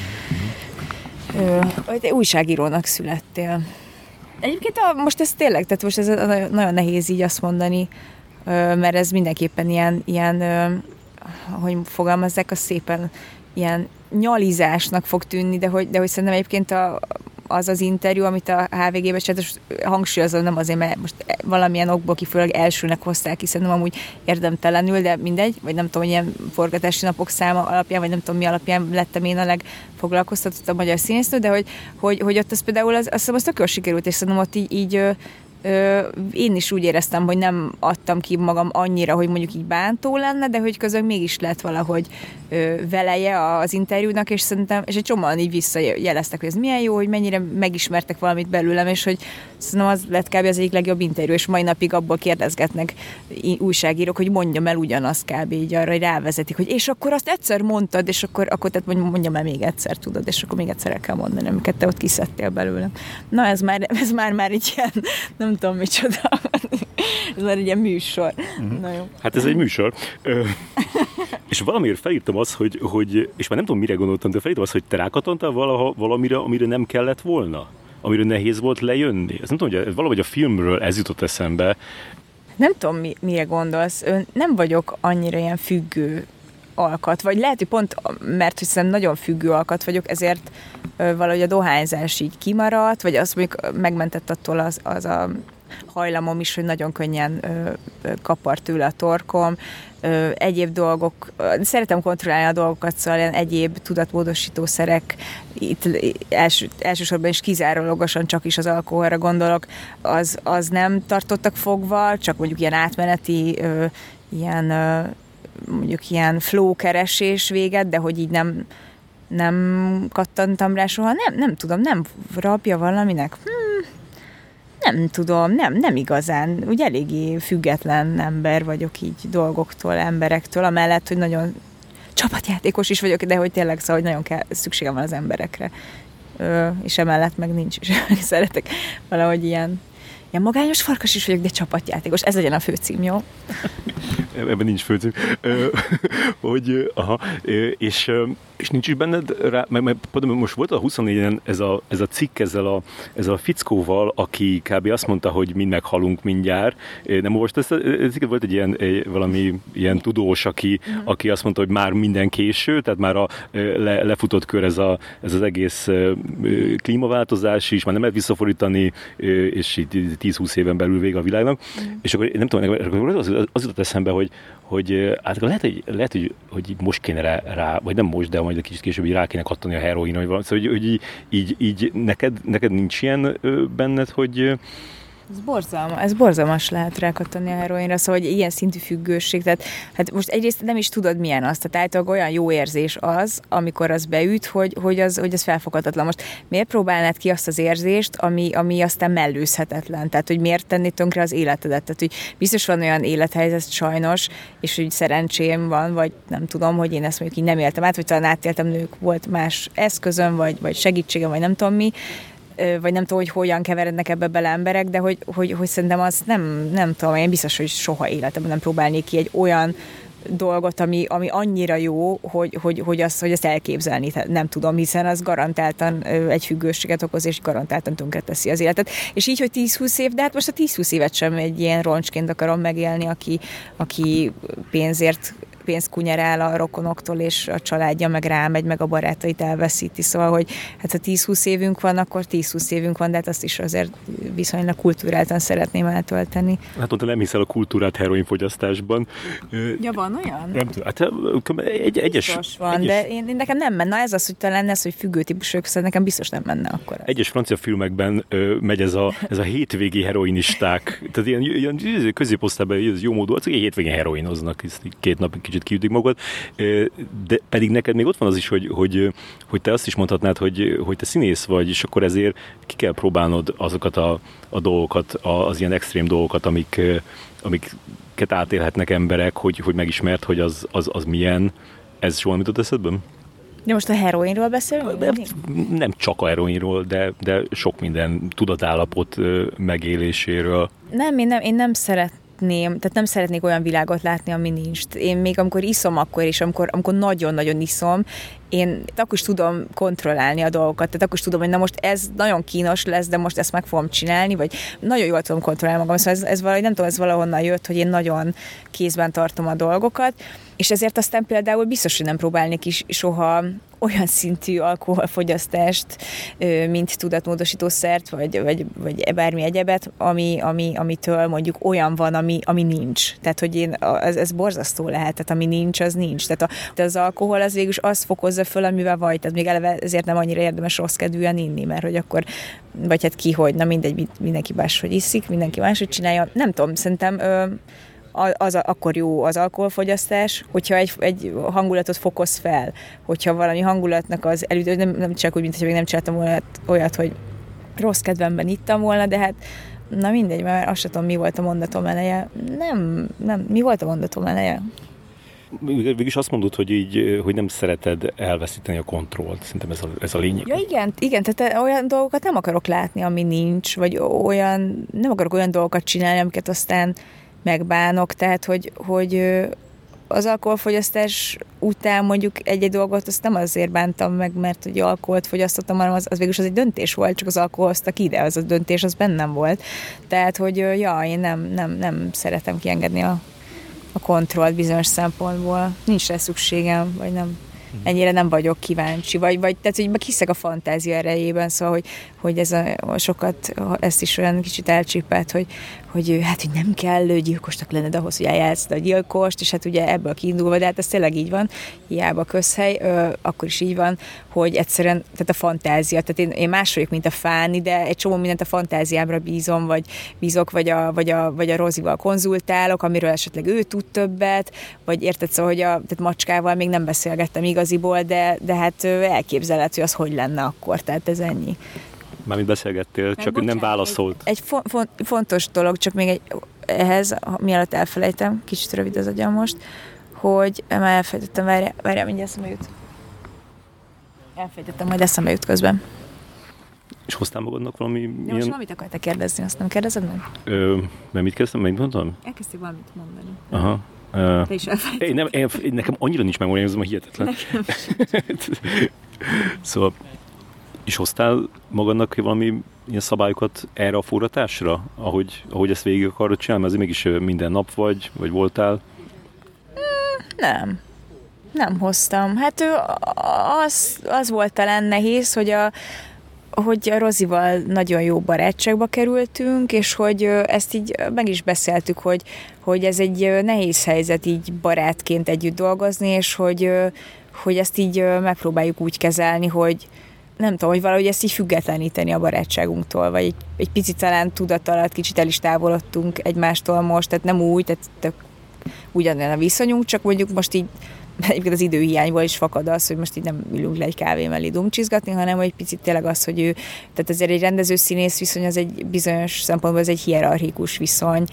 Ö, hogy te újságírónak születtél. Egyébként a, most ez tényleg, tehát most ez a, nagyon nehéz így azt mondani, ö, mert ez mindenképpen ilyen, ilyen ö, hogy fogalmazzák, az szépen ilyen nyalizásnak fog tűnni, de hogy, de hogy szerintem egyébként a az az interjú, amit a há vé gé-ben csinált, hangsúlyozom, nem azért, mert most valamilyen okból kifolyólag elsőnek hozták ki, szerintem amúgy érdemtelenül, de mindegy, vagy nem tudom, hogy ilyen forgatási napok száma alapján, vagy nem tudom mi alapján lettem én a legfoglalkoztatott a magyar színésznő, de hogy, hogy, hogy ott az például az, azt hiszem, az tök sikerült, és szerintem ott így, így Ö, én is úgy éreztem, hogy nem adtam ki magam annyira, hogy mondjuk így bántó lenne, de hogy közben mégis lett valahogy ö, veleje az interjúnak, és szerintem, és egy csomóan így visszajeleztek, hogy ez milyen jó, hogy mennyire megismertek valamit belőlem, és hogy szerintem az lett kb. Az egyik legjobb interjú, és mai napig abból kérdezgetnek újságírók, hogy mondjam el ugyanazt kb. Így arra, hogy rávezetik, hogy és akkor azt egyszer mondtad, és akkor, akkor tehát mondjam el még egyszer, tudod, és akkor még egyszer el kell mondani, amiket te ott kiszedtél belőlem. Na ez már, ez már, már egy ilyen, nem Nem tudom, micsoda. Ez már egy ilyen műsor. Uh-huh. Na jó. Hát ez egy műsor. Ö, és valamiért felírtam azt, hogy, hogy, és már nem tudom, mire gondoltam, de felírtam azt, hogy te rákattantál valaha, valamire, amire nem kellett volna? Amiről nehéz volt lejönni? Ezt nem tudom, hogy valahogy a filmről ez jutott eszembe. Nem tudom, mi, mire gondolsz. Nem vagyok annyira ilyen függő alkat, vagy lehet, hogy pont, mert hiszen nagyon függő alkat vagyok, ezért ö, valahogy a dohányzás így kimaradt, vagy azt mondjuk megmentett attól az, az a hajlamom is, hogy nagyon könnyen ö, ö, kapar tőle a torkom, ö, egyéb dolgok, ö, szeretem kontrollálni a dolgokat, szóval ilyen egyéb tudatmódosítószerek, itt els, elsősorban is kizárólagosan csak is az alkoholra gondolok, az, az nem tartottak fogva, csak mondjuk ilyen átmeneti, ö, ilyen ö, mondjuk ilyen flow keresés véget, de hogy így nem, nem kattantam rá soha, nem, nem tudom, nem rabja valaminek, hmm, nem tudom, nem, nem igazán, úgy eléggé független ember vagyok így dolgoktól, emberektől, amellett, hogy nagyon csapatjátékos is vagyok, de hogy tényleg szóval, hogy nagyon kell, szükségem van az emberekre, Ö, és emellett meg nincs, és szeretek valahogy ilyen, ilyen magányos farkas is vagyok, de csapatjátékos, ez legyen a főcím, jó? ebben nincs főcím, hogy aha, és, és nincs is benned rá, mert, mert most volt a huszonnégyen ez a, ez a cikk ezzel a, ezzel a fickóval, aki kb. Azt mondta, hogy mind meghalunk mindjárt. Nem most ez, ez volt egy ilyen, valami ilyen tudós, aki, aki azt mondta, hogy már minden késő, tehát már a le, lefutott kör ez, a, ez az egész klímaváltozás is, már nem lehet visszafordítani, és így tíz-húsz éven belül vége a világnak. Mm. És akkor nem tudom, az, az jutott eszembe, hogy, hogy hát lehet, hogy, lehet, hogy, hogy most kéne rá, rá, vagy nem most, de majd egy kicsit később így rá kéne kattani a heroinra, vagy valami. Szóval, hogy, hogy így, így, így neked, neked nincs ilyen benned, hogy Ez borzalmas, ez borzalmas lehet rákattani a heroinra, szóval hogy ilyen szintű függőség, tehát hát most egyrészt nem is tudod milyen az, tehát általában olyan jó érzés az, amikor az beüt, hogy, hogy, az, hogy az felfoghatatlan. Most miért próbálnád ki azt az érzést, ami, ami aztán mellőzhetetlen, tehát hogy miért tenni tönkre az életedet, tehát hogy biztos van olyan élethelyzet sajnos, és hogy szerencsém van, vagy nem tudom, hogy én ezt mondjuk így nem éltem át, vagy talán átéltem, nők volt más eszközön, vagy, vagy segítségem, vagy nem tudom mi, vagy nem tudom, hogy hogyan keverednek ebbe bele emberek, de hogy, hogy, hogy szerintem az nem, nem tudom, én biztos, hogy soha életemben nem próbálnék ki egy olyan dolgot, ami, ami annyira jó, hogy, hogy, hogy, azt, hogy azt elképzelni nem tudom, hiszen az garantáltan egy függőséget okoz, és garantáltan tönkreteszi az életet. És így, hogy tíz-húsz év, de hát most a tíz-húsz évet sem egy ilyen roncsként akarom megélni, aki, aki pénzért pénzt kunyerál a rokonoktól, és a családja meg rámegy, meg a barátait elveszíti. Szóval, hogy hát ha tíz-húsz évünk van, akkor tíz-húsz évünk van, de hát azt is azért viszonylag kultúráltan szeretném eltölteni. Hát mondta, nem hiszel a kultúrát heroinfogyasztásban. Ja, van olyan? Nem tudom, hát egy, egyes... Biztos van, egyes, de én, én nekem nem menne. Ez az, hogy talán ez, hogy függő típusok, szóval nekem biztos nem menne akkor. Ez. Egyes francia filmekben ö, megy ez a, ez a hétvégi heroinisták. Tehát ilyen, ilyen középosztában jó módú, az, hogy hétvégén heroinoznak, két napig kicsit kiütik magad, de pedig neked még ott van az is, hogy, hogy, hogy te azt is mondhatnád, hogy, hogy te színész vagy, és akkor ezért ki kell próbálnod azokat a, a dolgokat, az ilyen extrém dolgokat, amik, amiket átélhetnek emberek, hogy, hogy megismert, hogy az, az, az milyen. Ez soha nem jutott eszedben? De most a heroinról beszélünk? Nem, nem csak a heroinról, de, de sok minden tudatállapot megéléséről. Nem, én nem, én nem szeret tehát nem szeretnék olyan világot látni, ami nincs. Én még amikor iszom akkor is, amikor, amikor nagyon-nagyon iszom, én akkor is tudom kontrollálni a dolgokat, tehát akkor is tudom, hogy na most ez nagyon kínos lesz, de most ezt meg fogom csinálni, vagy nagyon jól tudom kontrollálni magam, szóval ez, ez valahogy, nem tudom, ez valahonnan jött, hogy én nagyon kézben tartom a dolgokat, és ezért aztán például biztos, hogy nem próbálnék is soha olyan szintű alkoholfogyasztást, mint tudatmódosítószert, vagy, vagy, vagy bármi egyebet, ami, ami, amitől mondjuk olyan van, ami, ami nincs. Tehát, hogy én, ez, ez borzasztó lehet, tehát ami nincs, az nincs. Tehát a, az alkohol az végül azt fokozza föl, amivel vagy, tehát még eleve ezért nem annyira érdemes rossz kedvűen inni, mert hogy akkor, vagy hát ki, hogy, na mindegy, mindenki máshogy iszik, mindenki máshogy csinálja. Nem tudom, szerintem az a, akkor jó az alkoholfogyasztás, hogyha egy, egy hangulatot fokoz fel, hogyha valami hangulatnak az elüldő, nem, nem csak úgy, mint hogy még nem csináltam olyat, olyat, hogy rossz kedvemben ittam volna, de hát na mindegy, mert azt sem tudom, mi volt a mondatom eleje. Nem, nem, mi volt a mondatom eleje? Végülis azt mondod, hogy így, hogy nem szereted elveszíteni a kontrollt. Szerintem ez a, ez a lényeg. Ja igen, igen, tehát olyan dolgokat nem akarok látni, ami nincs, vagy olyan, nem akarok olyan dolgokat csinálni, amiket aztán megbánok, tehát hogy, hogy az alkoholfogyasztás után mondjuk egy-egy dolgot azt nem azért bántam meg, mert hogy alkoholt fogyasztottam, hanem az, az végül az egy döntés volt, csak az alkohol hoztak ide, az a döntés az bennem volt. Tehát, hogy ja, én nem, nem, nem szeretem kiengedni a, a kontrollt bizonyos szempontból. Nincs rá szükségem, vagy nem. Ennyire nem vagyok kíváncsi, vagy, vagy tehát, hogy hiszek a fantázia erejében, szóval, hogy, hogy ez a, sokat, ezt is olyan kicsit elcsípett, hogy, hogy hát, hogy nem kell gyilkosnak lenned ahhoz, hogy eljátszd a gyilkost, és hát ugye ebből kiindulva, de hát ez tényleg így van, hiába közhely, ö, akkor is így van, hogy egyszerűen, tehát a fantázia, tehát én, én más vagyok, mint a Fáni, de egy csomó mindent a fantáziámra bízom, vagy bízok, vagy a, vagy a, vagy a Rozival konzultálok, amiről esetleg ő tud többet, vagy érted, szóval, hogy a tehát Macskával még nem beszélgettem igaziból, de, de hát elképzelhető, hogy az hogy lenne akkor, tehát ez ennyi. Mármint beszélgettél, csak bocsánat, nem válaszolt. Egy, egy fo- fo- fontos dolog, csak még egy, ehhez, mielőtt elfelejtem, kicsit rövid az agyam most, hogy már elfelejtettem, várjál, várjál, mindjárt eszembe jut. Elfelejtettem, majd eszembe jut közben. És hoztál magadnak valami ja, ilyen... Most valamit akartál kérdezni, azt nem kérdezed meg? Ö, mert mit kezdtem, mit mondtam? Elkezdtél valamit mondani. Aha. Te is én nem, én, nekem annyira nincs memóriám, ez hihetetlen. Szóval, és hoztál magadnak valami ilyen szabályokat erre a forgatásra, ahogy, ahogy ezt végig akarod csinálni? Azért mégis minden nap vagy, vagy voltál? Nem. Nem hoztam. Hát ő az, az volt talán nehéz, hogy a, hogy a Rozival nagyon jó barátságba kerültünk, és hogy ezt így meg is beszéltük, hogy, hogy ez egy nehéz helyzet így barátként együtt dolgozni, és hogy, hogy ezt így megpróbáljuk úgy kezelni, hogy nem tudom, hogy valahogy ezt így függetleníteni a barátságunktól, vagy egy, egy picit talán tudat alatt kicsit el is távolodtunk egymástól most, tehát nem úgy, tehát tök ugyanolyan a viszonyunk, csak mondjuk most így egyébként az időhiányból is fakad az, hogy most így nem ülünk le egy kávé mellé dumcsizgatni, hanem egy picit tényleg az, hogy ő, tehát azért egy rendező-színész viszony az egy bizonyos szempontból az egy hierarchikus viszony,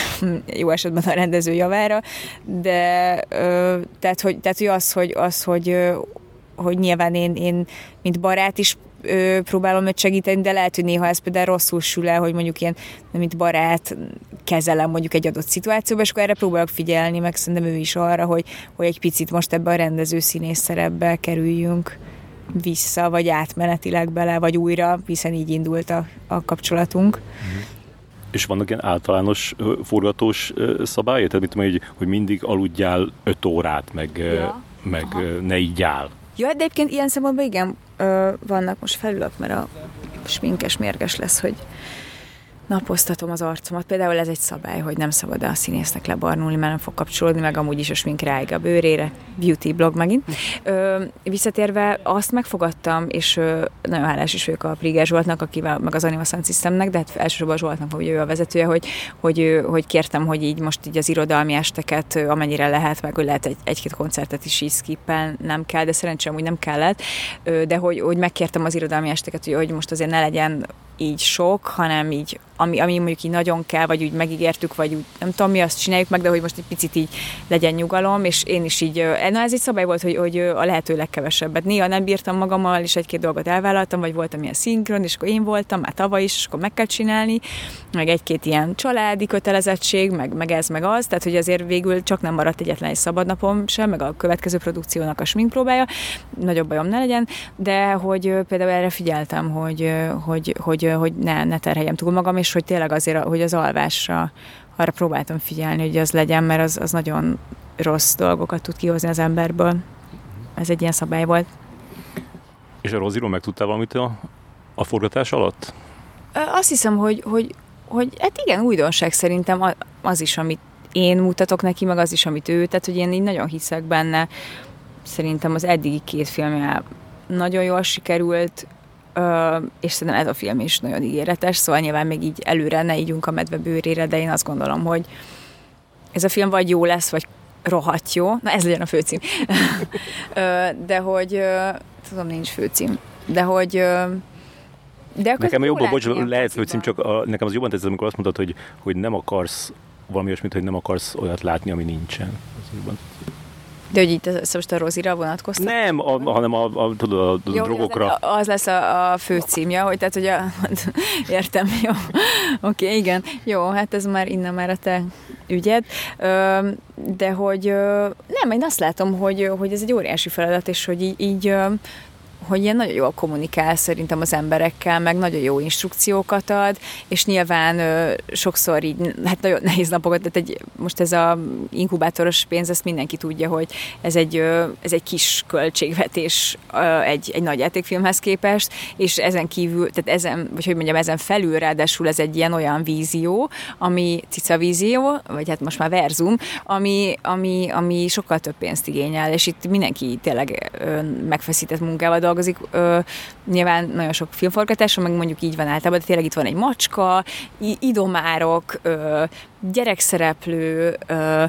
jó esetben a rendező javára, de ö, tehát, hogy, tehát, hogy az, hogy, az, hogy, ö, hogy nyilván én, én, mint barát is ö, próbálom őt segíteni, de lehet, hogy néha ez például rosszul sül el, hogy mondjuk ilyen, mint barát kezelem mondjuk egy adott szituációban, és akkor erre próbálok figyelni, meg szerintem ő is arra, hogy, hogy egy picit most ebbe a rendező színész szerepbe kerüljünk vissza, vagy átmenetileg bele, vagy újra, hiszen így indult a, a kapcsolatunk. Mm. És vannak ilyen általános forgatós szabályok? Tehát mit tudom, hogy, hogy mindig aludjál öt órát, meg, ja. meg ne igyál. Ja, de egyébként ilyen szempontból igen, ö, vannak, most felülök, mert a sminkes mérges lesz, hogy napoztatom az arcomat. Például ez egy szabály, hogy nem szabad a színésznek lebarnulni, mert nem fog kapcsolódni, meg amúgy is a smink ráig a bőrére. Beauty blog megint. Ö, visszatérve azt megfogadtam, és ö, nagyon hálás is vagyok a Priger Zsoltnak, akivel, meg az Anima Sound Systemnek, de hát elsősorban Zsoltnak, hogy ő a vezetője, hogy, hogy, hogy kértem, hogy így most így az irodalmi esteket, amennyire lehet, meg hogy lehet egy, egy-két koncertet is így skippel, nem kell, de szerencsém úgy nem kellett, ö, de hogy, hogy megkértem az irodalmi esteket, hogy, hogy most azért ne legyen így sok, hanem így, ami, ami mondjuk így nagyon kell, vagy úgy megígértük, vagy úgy nem tudom mi, azt csináljuk meg, de hogy most egy picit így legyen nyugalom, és én is így, na ez egy szabály volt, hogy, hogy a lehető legkevesebbet. Néha nem bírtam magammal, és egy-két dolgot elvállaltam, vagy voltam ilyen szinkron, és akkor én voltam, már tavaly is, és akkor meg kell csinálni, meg egy-két ilyen családi kötelezettség, meg, meg ez, meg az, tehát hogy azért végül csak nem maradt egyetlen egy szabadnapom sem, meg a következő produkciónak a sminkpróbája, nagyobb bajom ne legyen, de hogy például erre figyeltem, hogy, hogy, hogy hogy ne, ne terheljem túl magam, és hogy tényleg azért, hogy az alvásra arra próbáltam figyelni, hogy az legyen, mert az, az nagyon rossz dolgokat tud kihozni az emberből. Ez egy ilyen szabály volt. És a Roziról megtudtál valamit a, a forgatás alatt? Azt hiszem, hogy, hogy, hogy hát igen, újdonság szerintem az is, amit én mutatok neki, meg az is, amit ő, tehát hogy én így nagyon hiszek benne. Szerintem az eddigi két filmje nagyon jól sikerült, Uh, és szerintem ez a film is nagyon ígéretes, szóval nyilván még így előre ne ígyunk a medve bőrére, de én azt gondolom, hogy ez a film vagy jó lesz, vagy rohadt jó. Na ez legyen a főcím. uh, de hogy uh, tudom, nincs főcím. De hogy uh, de nekem jobban, bocs, lehet főcím, csak a, nekem az jobban tetszett, amikor azt mondtad, hogy, hogy nem akarsz valami olyasmit, hogy nem akarsz olyat látni, ami nincsen. De hogy itt az, most a Rozira vonatkoztat? Nem, a, hanem a, a, tudod, a jó, drogokra. Az, az lesz a, a fő címja, hogy tehát, hogy a, értem, jó. Oké, okay, igen. Jó, hát ez már innen már a te ügyed. De hogy nem, én azt látom, hogy, hogy ez egy óriási feladat, és hogy így, így hogy ilyen nagyon jól kommunikál szerintem az emberekkel, meg nagyon jó instrukciókat ad, és nyilván ö, sokszor így, hát nagyon nehéz napokat, tehát egy, most ez a inkubátoros pénz, ezt mindenki tudja, hogy ez egy, ö, ez egy kis költségvetés ö, egy, egy nagy játékfilmhez képest, és ezen kívül, tehát ezen, vagy hogy mondjam, ezen felül ráadásul ez egy ilyen olyan vízió, ami cica vízió, vagy hát most már verzum, ami, ami, ami sokkal több pénzt igényel, és itt mindenki tényleg ö, megfeszített munkával dolgozik. Ö, nyilván nagyon sok filmforgatáson, meg mondjuk így van általában, de tényleg itt van egy macska, idomárok, ö, gyerekszereplő, ö,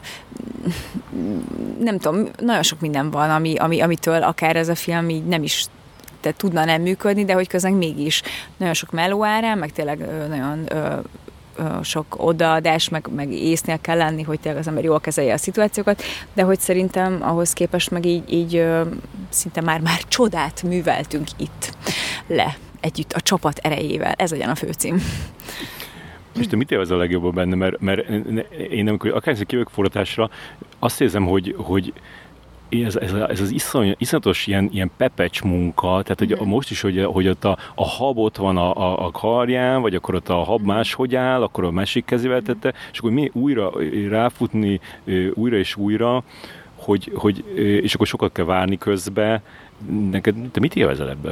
nem tudom, nagyon sok minden van, ami, ami, amitől akár ez a film így nem is tehát tudna nem működni, de hogy közben mégis nagyon sok meló árán, meg tényleg ö, nagyon ö, sok odaadás, meg, meg észnél kell lenni, hogy tényleg az ember jól kezelje a szituációkat, de hogy szerintem ahhoz képest meg így, így szinte már-már csodát műveltünk itt le, együtt a csapat erejével. Ez legyen a főcím. És te mit élvez a legjobban benne? Mert, mert én amikor akárszor kivök forgatásra, azt érzem, hogy, hogy ez, ez, ez az iszony, iszonyatos ilyen, ilyen pepecs munka, tehát hogy most is, hogy, hogy ott a, a hab ott van a, a, a karján, vagy akkor ott a hab máshogy áll, akkor a másik kezével tette, és akkor mi újra ráfutni, újra és újra, hogy, hogy, és akkor sokat kell várni közbe. Neked, te mit élvezel ebbe?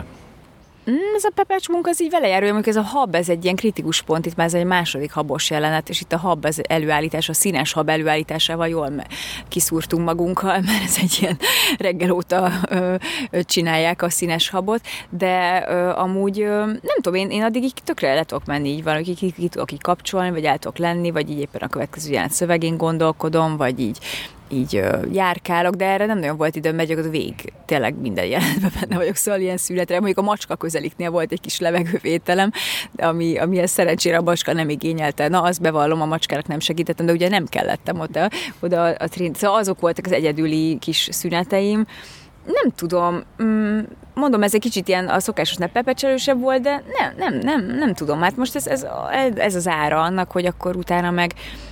Ez a pepecs munka, ez így vele járul, amikor ez a hab, ez egy ilyen kritikus pont, itt már ez egy második habos jelenet, és itt a hab ez előállítás, a színes hab előállításával jól kiszúrtunk magunkkal, mert ez egy ilyen reggel óta ö, ö, csinálják a színes habot, de ö, amúgy ö, nem tudom, én, én addig így tökre le tudok menni, így valaki ki, ki tudok így kapcsolni, vagy el tudok lenni, vagy így éppen a következő jelenet szövegén gondolkodom, vagy így így uh, járkálok, de erre nem nagyon volt időm, mert gyakorlatilag végig tényleg minden jelenetben benne vagyok, szóval ilyen születre. Mondjuk a macska közeliknél volt egy kis levegővételem, ami, amihez szerencsére a macska nem igényelte. Na, azt bevallom, a macskának nem segítettem, de ugye nem kellettem oda, oda a trint. Szóval azok voltak az egyedüli kis szüneteim. Nem tudom, mondom, ez egy kicsit ilyen a szokásosnál pepecselősebb volt, de nem, nem, nem, nem tudom. Hát most ez, ez, ez az ára annak, hogy akkor utána meg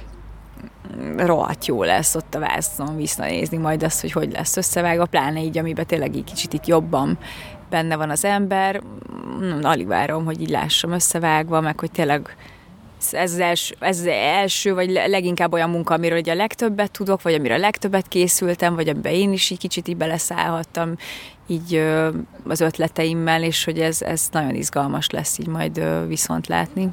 rohadt jó lesz ott a vászon visszanézni majd azt, hogy hogy lesz összevágva, pláne így, amiben tényleg így kicsit itt jobban benne van az ember. Alig várom, hogy így lássam összevágva, meg hogy tényleg ez az első, ez az első vagy leginkább olyan munka, amiről ugye a legtöbbet tudok, vagy amire a legtöbbet készültem, vagy amiben én is így kicsit így beleszállhattam így az ötleteimmel, és hogy ez, ez nagyon izgalmas lesz így majd viszont látni.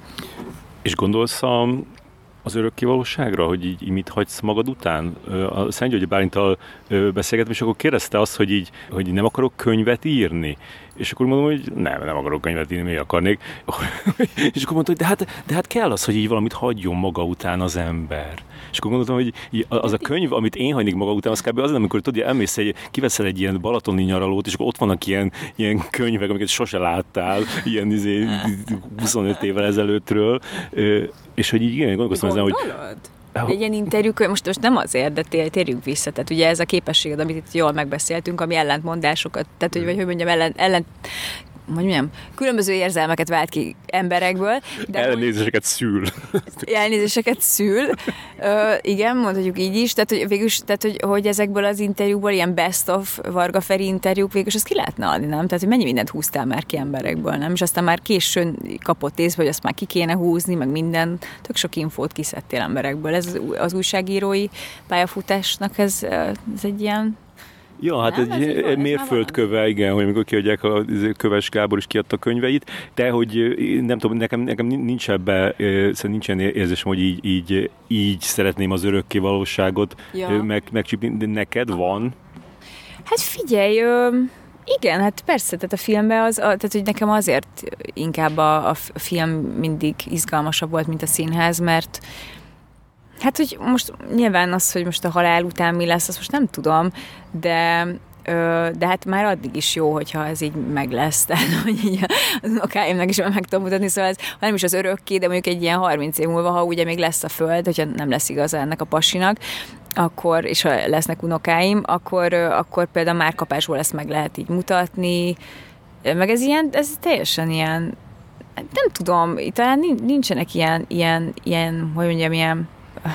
És gondolsz a az örökké valóságra, hogy így, így mit hagysz magad után? A Szent Györgyi Bálinttal beszélgettem, és akkor kérdezte azt, hogy így, hogy nem akarok könyvet írni. És akkor mondom, hogy nem, nem akarok könyvet írni, miért akarnék. És akkor mondta, hogy de hát, de hát kell az, hogy így valamit hagyjon maga után az ember. És akkor gondoltam, hogy az a könyv, amit én hagynék maga után, az kb. Az, amikor tudja, elmész egy, kiveszel egy ilyen balatoni nyaralót, és akkor ott vannak ilyen, ilyen könyvek, amiket sose láttál, ilyen izé, huszonöt évvel ezelőttről. És hogy így igen, gondolkoztam ezen, hogy... Egy ilyen interjú, most, most nem azért, de térjünk vissza. Tehát ugye ez a képességed, amit itt jól megbeszéltünk, ami ellentmondásokat, tehát hogy, vagy hogy mondjam, ellen, ellen hogy mondjam, különböző érzelmeket vált ki emberekből. De ellenézéseket szül. Ellenézéseket szül. Ö, igen, mondhatjuk így is. Tehát, hogy, végülis, tehát hogy, hogy ezekből az interjúkból, ilyen best of Varga Feri interjúk, végülis azt ki lehetne adni, nem? Tehát, hogy mennyi mindent húztál már ki emberekből, nem? És aztán már későn kapott észbe, hogy azt már ki kéne húzni, meg minden. Tök sok infót kiszedtél emberekből. Ez az újságírói pályafutásnak ez, ez egy ilyen... Ja, hát nem, egy, egy mérföldköve, igen, hogy amikor kiadják, a Köves Gábor is kiadta könyveit, de hogy nem tudom, nekem, nekem nincs ebbe, szerintem nincs ilyen érzésem, hogy így, így, így szeretném az örökké valóságot ja. meg, megcsípni, de neked van? Hát figyelj, igen, hát persze, tehát a filmben az, tehát hogy nekem azért inkább a, a film mindig izgalmasabb volt, mint a színház, mert hát, hogy most nyilván az, hogy most a halál után mi lesz, azt most nem tudom, de, de hát már addig is jó, hogyha ez így meg lesz, tehát hogy így az unokáimnak is meg tudom mutatni, szóval ez, ha nem is az örökké, de mondjuk egy ilyen harminc év múlva, ha ugye még lesz a föld, hogyha nem lesz igaza ennek a pasinak, akkor, és ha lesznek unokáim, akkor, akkor például már kapásból ezt meg lehet így mutatni, meg ez ilyen, ez teljesen ilyen, nem tudom, talán nincsenek ilyen, ilyen, ilyen hogy mondjam, ilyen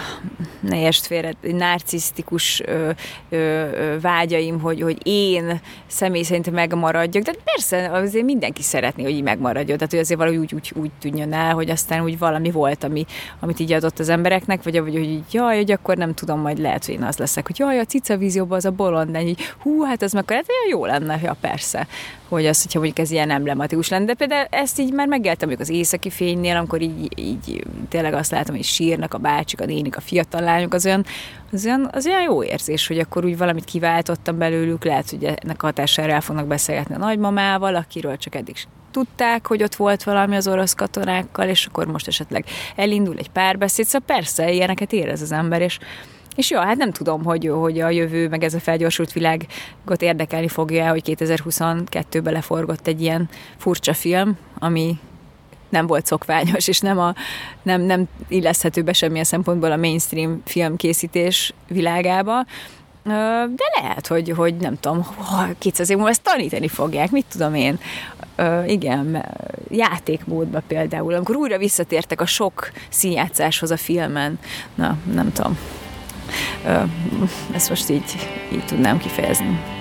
ne értsd félre, narcisztikus ö, ö, ö, vágyaim, hogy, hogy én személy szerint megmaradjak, de persze azért mindenki szeretné, hogy így megmaradjon, tehát hogy azért valahogy úgy, úgy, úgy tűnjön el, hogy aztán úgy valami volt, ami, amit így adott az embereknek, vagy, vagy hogy így, jaj, hogy akkor nem tudom, majd lehet, hogy én az leszek, hogy jaj, a cica vízióban az a bolond, de így, hú, hát az meg hát jó lenne, ja persze, hogy az, hogyha mondjuk ez ilyen emblematikus lenne, de például ezt így már megéltem mondjuk az északi fénynél, amikor így, így tényleg azt látom, hogy sírnak a bácsik, a nénik, a fiatal lányok, az olyan, az olyan, az olyan jó érzés, hogy akkor úgy valamit kiváltottam belőlük, lehet, hogy ennek a hatására el fognak beszélgetni a nagymamával, akiről csak eddig tudták, hogy ott volt valami az orosz katonákkal, és akkor most esetleg elindul egy párbeszéd, szóval persze ilyeneket érez az ember, és És jó, hát nem tudom, hogy, hogy a jövő, meg ez a felgyorsult világot érdekelni fogja, hogy kétezer-huszonkettőben leforgott egy ilyen furcsa film, ami nem volt szokványos, és nem, a, nem, nem illeszthető be semmilyen szempontból a mainstream filmkészítés világába. De lehet, hogy, hogy nem tudom, kétszáz év múlva ezt tanítani fogják, mit tudom én. Ö, igen, játékmódba például, amikor újra visszatértek a sok színjátszáshoz a filmen. Na, nem tudom. Ö, ezt most így, így tudnám kifejezni.